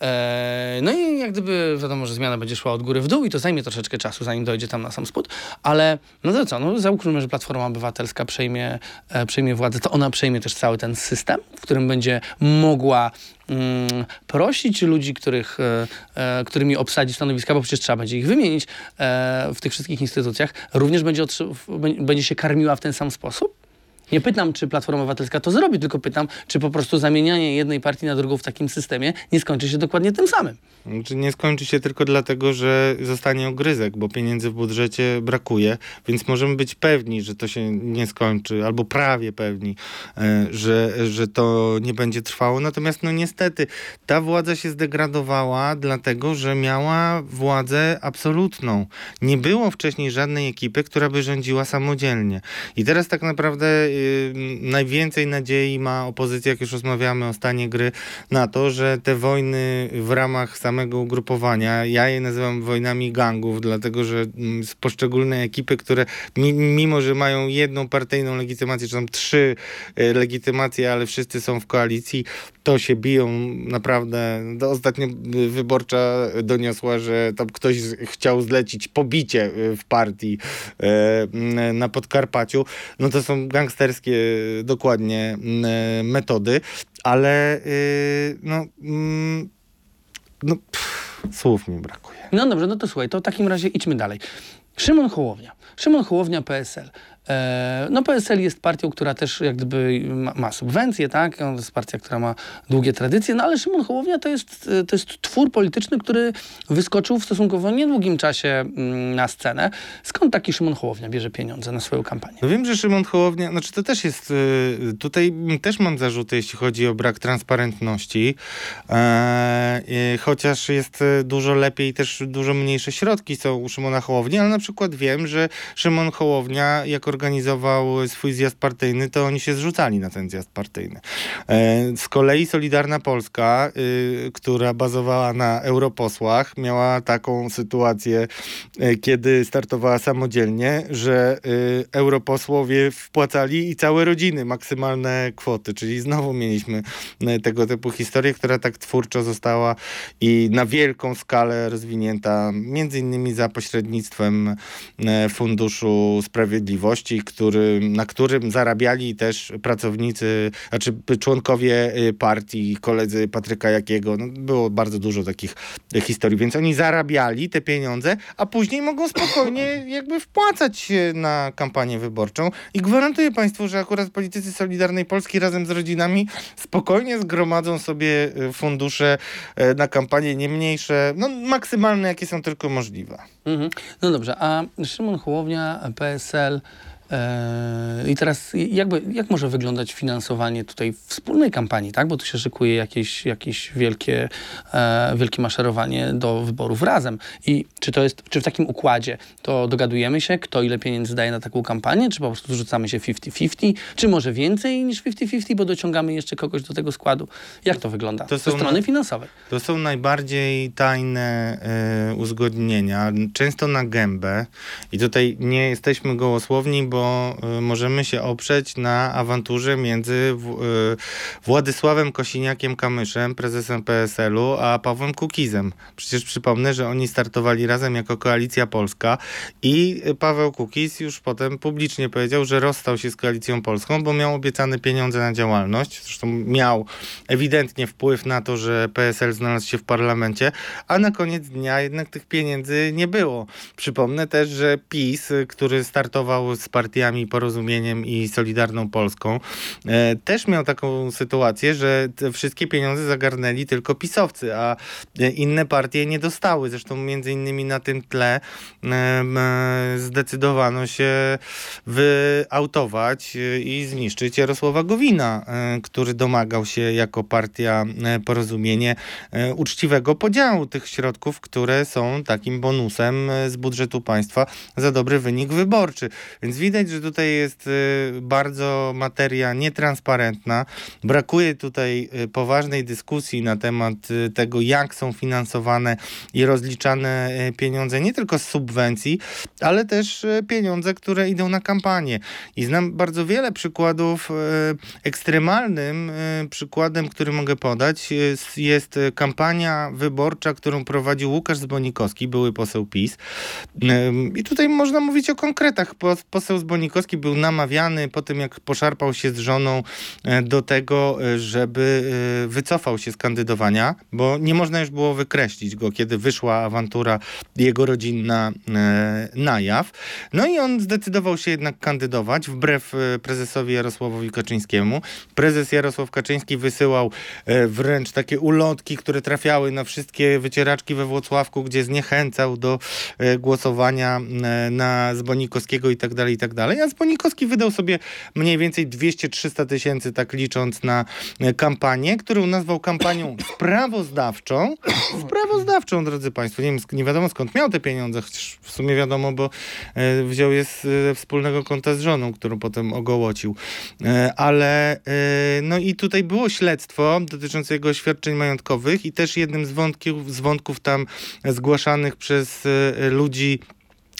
e, no i jak gdyby wiadomo, że zmiana będzie szła od góry w dół i to zajmie troszeczkę czasu, zanim dojdzie tam na sam spód, ale no to co, no załóżmy, że Platforma Obywatelska przejmie, e, przejmie władzę, to ona przejmie też cały ten system, w którym będzie mogła mm, prosić ludzi, których, e, e, którymi obsadzi stanowiska, bo przecież trzeba będzie ich wymienić e, w tych wszystkich instytucjach, również będzie, otrzy- w- będzie się karmiła w ten sam sposób? Nie pytam, czy Platforma Obywatelska to zrobi, tylko pytam, czy po prostu zamienianie jednej partii na drugą w takim systemie nie skończy się dokładnie tym samym. Znaczy nie skończy się tylko dlatego, że zostanie ogryzek, bo pieniędzy w budżecie brakuje, więc możemy być pewni, że to się nie skończy, albo prawie pewni, e, że, że to nie będzie trwało. Natomiast no niestety ta władza się zdegradowała dlatego, że miała władzę absolutną. Nie było wcześniej żadnej ekipy, która by rządziła samodzielnie. I teraz tak naprawdę y, najwięcej nadziei ma opozycja, jak już rozmawiamy o stanie gry, na to, że te wojny w ramach samego ugrupowania, ja je nazywam wojnami gangów, dlatego że mm, poszczególne ekipy, które mi, mimo, że mają jedną partyjną legitymację, czy tam trzy y, legitymacje, ale wszyscy są w koalicji, to się biją naprawdę. Do ostatnio Wyborcza doniosła, że tam ktoś chciał zlecić pobicie w partii e, na Podkarpaciu. No to są gangsterskie dokładnie e, metody, ale e, no, mm, no pff, słów mi brakuje. No dobrze, no to słuchaj, to w takim razie idźmy dalej. Szymon Hołownia. Szymon Hołownia, P S L. E, no P S L jest partią, która też jak gdyby ma, ma subwencje, tak? To jest partia, która ma długie tradycje, no ale Szymon Hołownia to jest, to jest twór polityczny, który wyskoczył w stosunkowo niedługim czasie mm, na scenę. Skąd taki Szymon Hołownia bierze pieniądze na swoją kampanię? No wiem, że Szymon Hołownia, znaczy to też jest, y, tutaj też mam zarzuty, jeśli chodzi o brak transparentności, e, y, chociaż jest dużo lepiej, też dużo mniejsze środki są u Szymona Hołowni, ale na przykład wiem, że Szymon Hołownia, jak organizował swój zjazd partyjny, to oni się zrzucali na ten zjazd partyjny. E, z kolei Solidarna Polska, y, która bazowała na europosłach, miała taką sytuację, y, kiedy startowała samodzielnie, że y, europosłowie wpłacali i całe rodziny maksymalne kwoty, czyli znowu mieliśmy y, tego typu historię, która tak twórczo została i na wielką skalę rozwinięta, między innymi za pośrednictwem y, Funduszu Sprawiedliwości, który, na którym zarabiali też pracownicy, znaczy członkowie partii, koledzy Patryka Jakiego. No, było bardzo dużo takich historii, więc oni zarabiali te pieniądze, a później mogą spokojnie jakby wpłacać na kampanię wyborczą i gwarantuję państwu, że akurat politycy Solidarnej Polski razem z rodzinami spokojnie zgromadzą sobie fundusze na kampanię, nie mniejsze, no maksymalne, jakie są tylko możliwe. Mhm. No dobrze, a Szymon Hołownia, P S L, i teraz jakby, jak może wyglądać finansowanie tutaj wspólnej kampanii, tak? Bo tu się szykuje jakieś, jakieś wielkie, e, wielkie maszerowanie do wyborów razem. I czy to jest, czy w takim układzie to dogadujemy się, kto ile pieniędzy daje na taką kampanię, czy po prostu zrzucamy się fifty fifty, czy może więcej niż fifty fifty, bo dociągamy jeszcze kogoś do tego składu. Jak to wygląda to ze strony na, finansowej? To są najbardziej tajne y, uzgodnienia, często na gębę i tutaj nie jesteśmy gołosłowni, bo bo y, możemy się oprzeć na awanturze między w, y, Władysławem Kosiniakiem-Kamyszem, prezesem P S L-u, a Pawłem Kukizem. Przecież przypomnę, że oni startowali razem jako Koalicja Polska i Paweł Kukiz już potem publicznie powiedział, że rozstał się z Koalicją Polską, bo miał obiecane pieniądze na działalność. Zresztą miał ewidentnie wpływ na to, że P S L znalazł się w parlamencie, a na koniec dnia jednak tych pieniędzy nie było. Przypomnę też, że PiS, który startował z partiami Porozumieniem i Solidarną Polską, e, też miał taką sytuację, że te wszystkie pieniądze zagarnęli tylko pisowcy, a inne partie nie dostały. Zresztą między innymi na tym tle e, e, zdecydowano się wyautować i zniszczyć Jarosława Gowina, e, który domagał się jako partia e, Porozumienie e, uczciwego podziału tych środków, które są takim bonusem z budżetu państwa za dobry wynik wyborczy. Więc widać, że tutaj jest y, bardzo materia nietransparentna. Brakuje tutaj y, poważnej dyskusji na temat y, tego, jak są finansowane i rozliczane y, pieniądze nie tylko z subwencji, ale też y, pieniądze, które idą na kampanię. I znam bardzo wiele przykładów. Y, ekstremalnym y, przykładem, który mogę podać, jest, jest y, kampania wyborcza, którą prowadził Łukasz Zbonikowski, były poseł PiS. Y, I tutaj można mówić o konkretach. Poseł Zbonikowski był namawiany po tym, jak poszarpał się z żoną do tego, żeby wycofał się z kandydowania, bo nie można już było wykreślić go, kiedy wyszła awantura jego rodzinna na jaw. No i on zdecydował się jednak kandydować wbrew prezesowi Jarosławowi Kaczyńskiemu. Prezes Jarosław Kaczyński wysyłał wręcz takie ulotki, które trafiały na wszystkie wycieraczki we Włocławku, gdzie zniechęcał do głosowania na Zbonikowskiego i tak dalej, i tak dalej. A Zbonikowski wydał sobie mniej więcej dwieście trzysta tysięcy, tak licząc na kampanię, którą nazwał kampanią sprawozdawczą. Sprawozdawczą, drodzy państwo. Nie wiem, nie wiadomo skąd miał te pieniądze, chociaż w sumie wiadomo, bo e, wziął je z e, wspólnego konta z żoną, którą potem ogołocił. E, ale e, no i tutaj było śledztwo dotyczące jego oświadczeń majątkowych i też jednym z wątków, z wątków tam zgłaszanych przez e, ludzi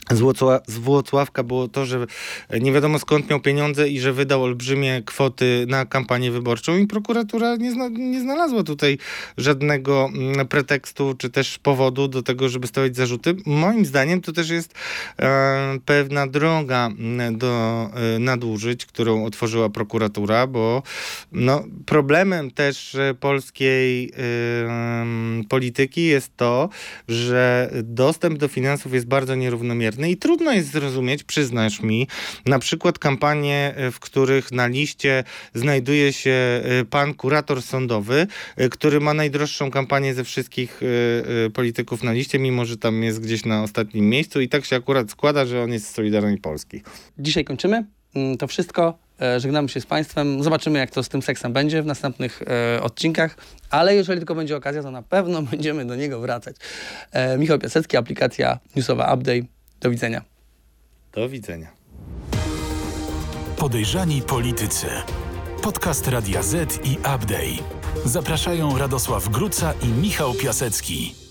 z, Włocła- z Włocławka było to, że nie wiadomo skąd miał pieniądze i że wydał olbrzymie kwoty na kampanię wyborczą i prokuratura nie, zna- nie znalazła tutaj żadnego mm, pretekstu czy też powodu do tego, żeby stawiać zarzuty. Moim zdaniem to też jest e, pewna droga mm, do e, nadużyć, którą otworzyła prokuratura, bo no, problemem też e, polskiej e, polityki jest to, że dostęp do finansów jest bardzo nierównomierny i trudno jest zrozumieć, przyznasz mi, na przykład kampanie, w których na liście znajduje się pan kurator sądowy, który ma najdroższą kampanię ze wszystkich polityków na liście, mimo że tam jest gdzieś na ostatnim miejscu i tak się akurat składa, że on jest z Solidarnej Polski. Dzisiaj kończymy. To wszystko. Żegnamy się z Państwem. Zobaczymy, jak to z tym seksem będzie w następnych e, odcinkach, ale jeżeli tylko będzie okazja, to na pewno będziemy do niego wracać. E, Michał Piasecki, aplikacja newsowa Update. Do widzenia. Do widzenia. Podejrzani politycy. Podcast Radia Z i Update. Zapraszają Radosław Gruca i Michał Piasecki.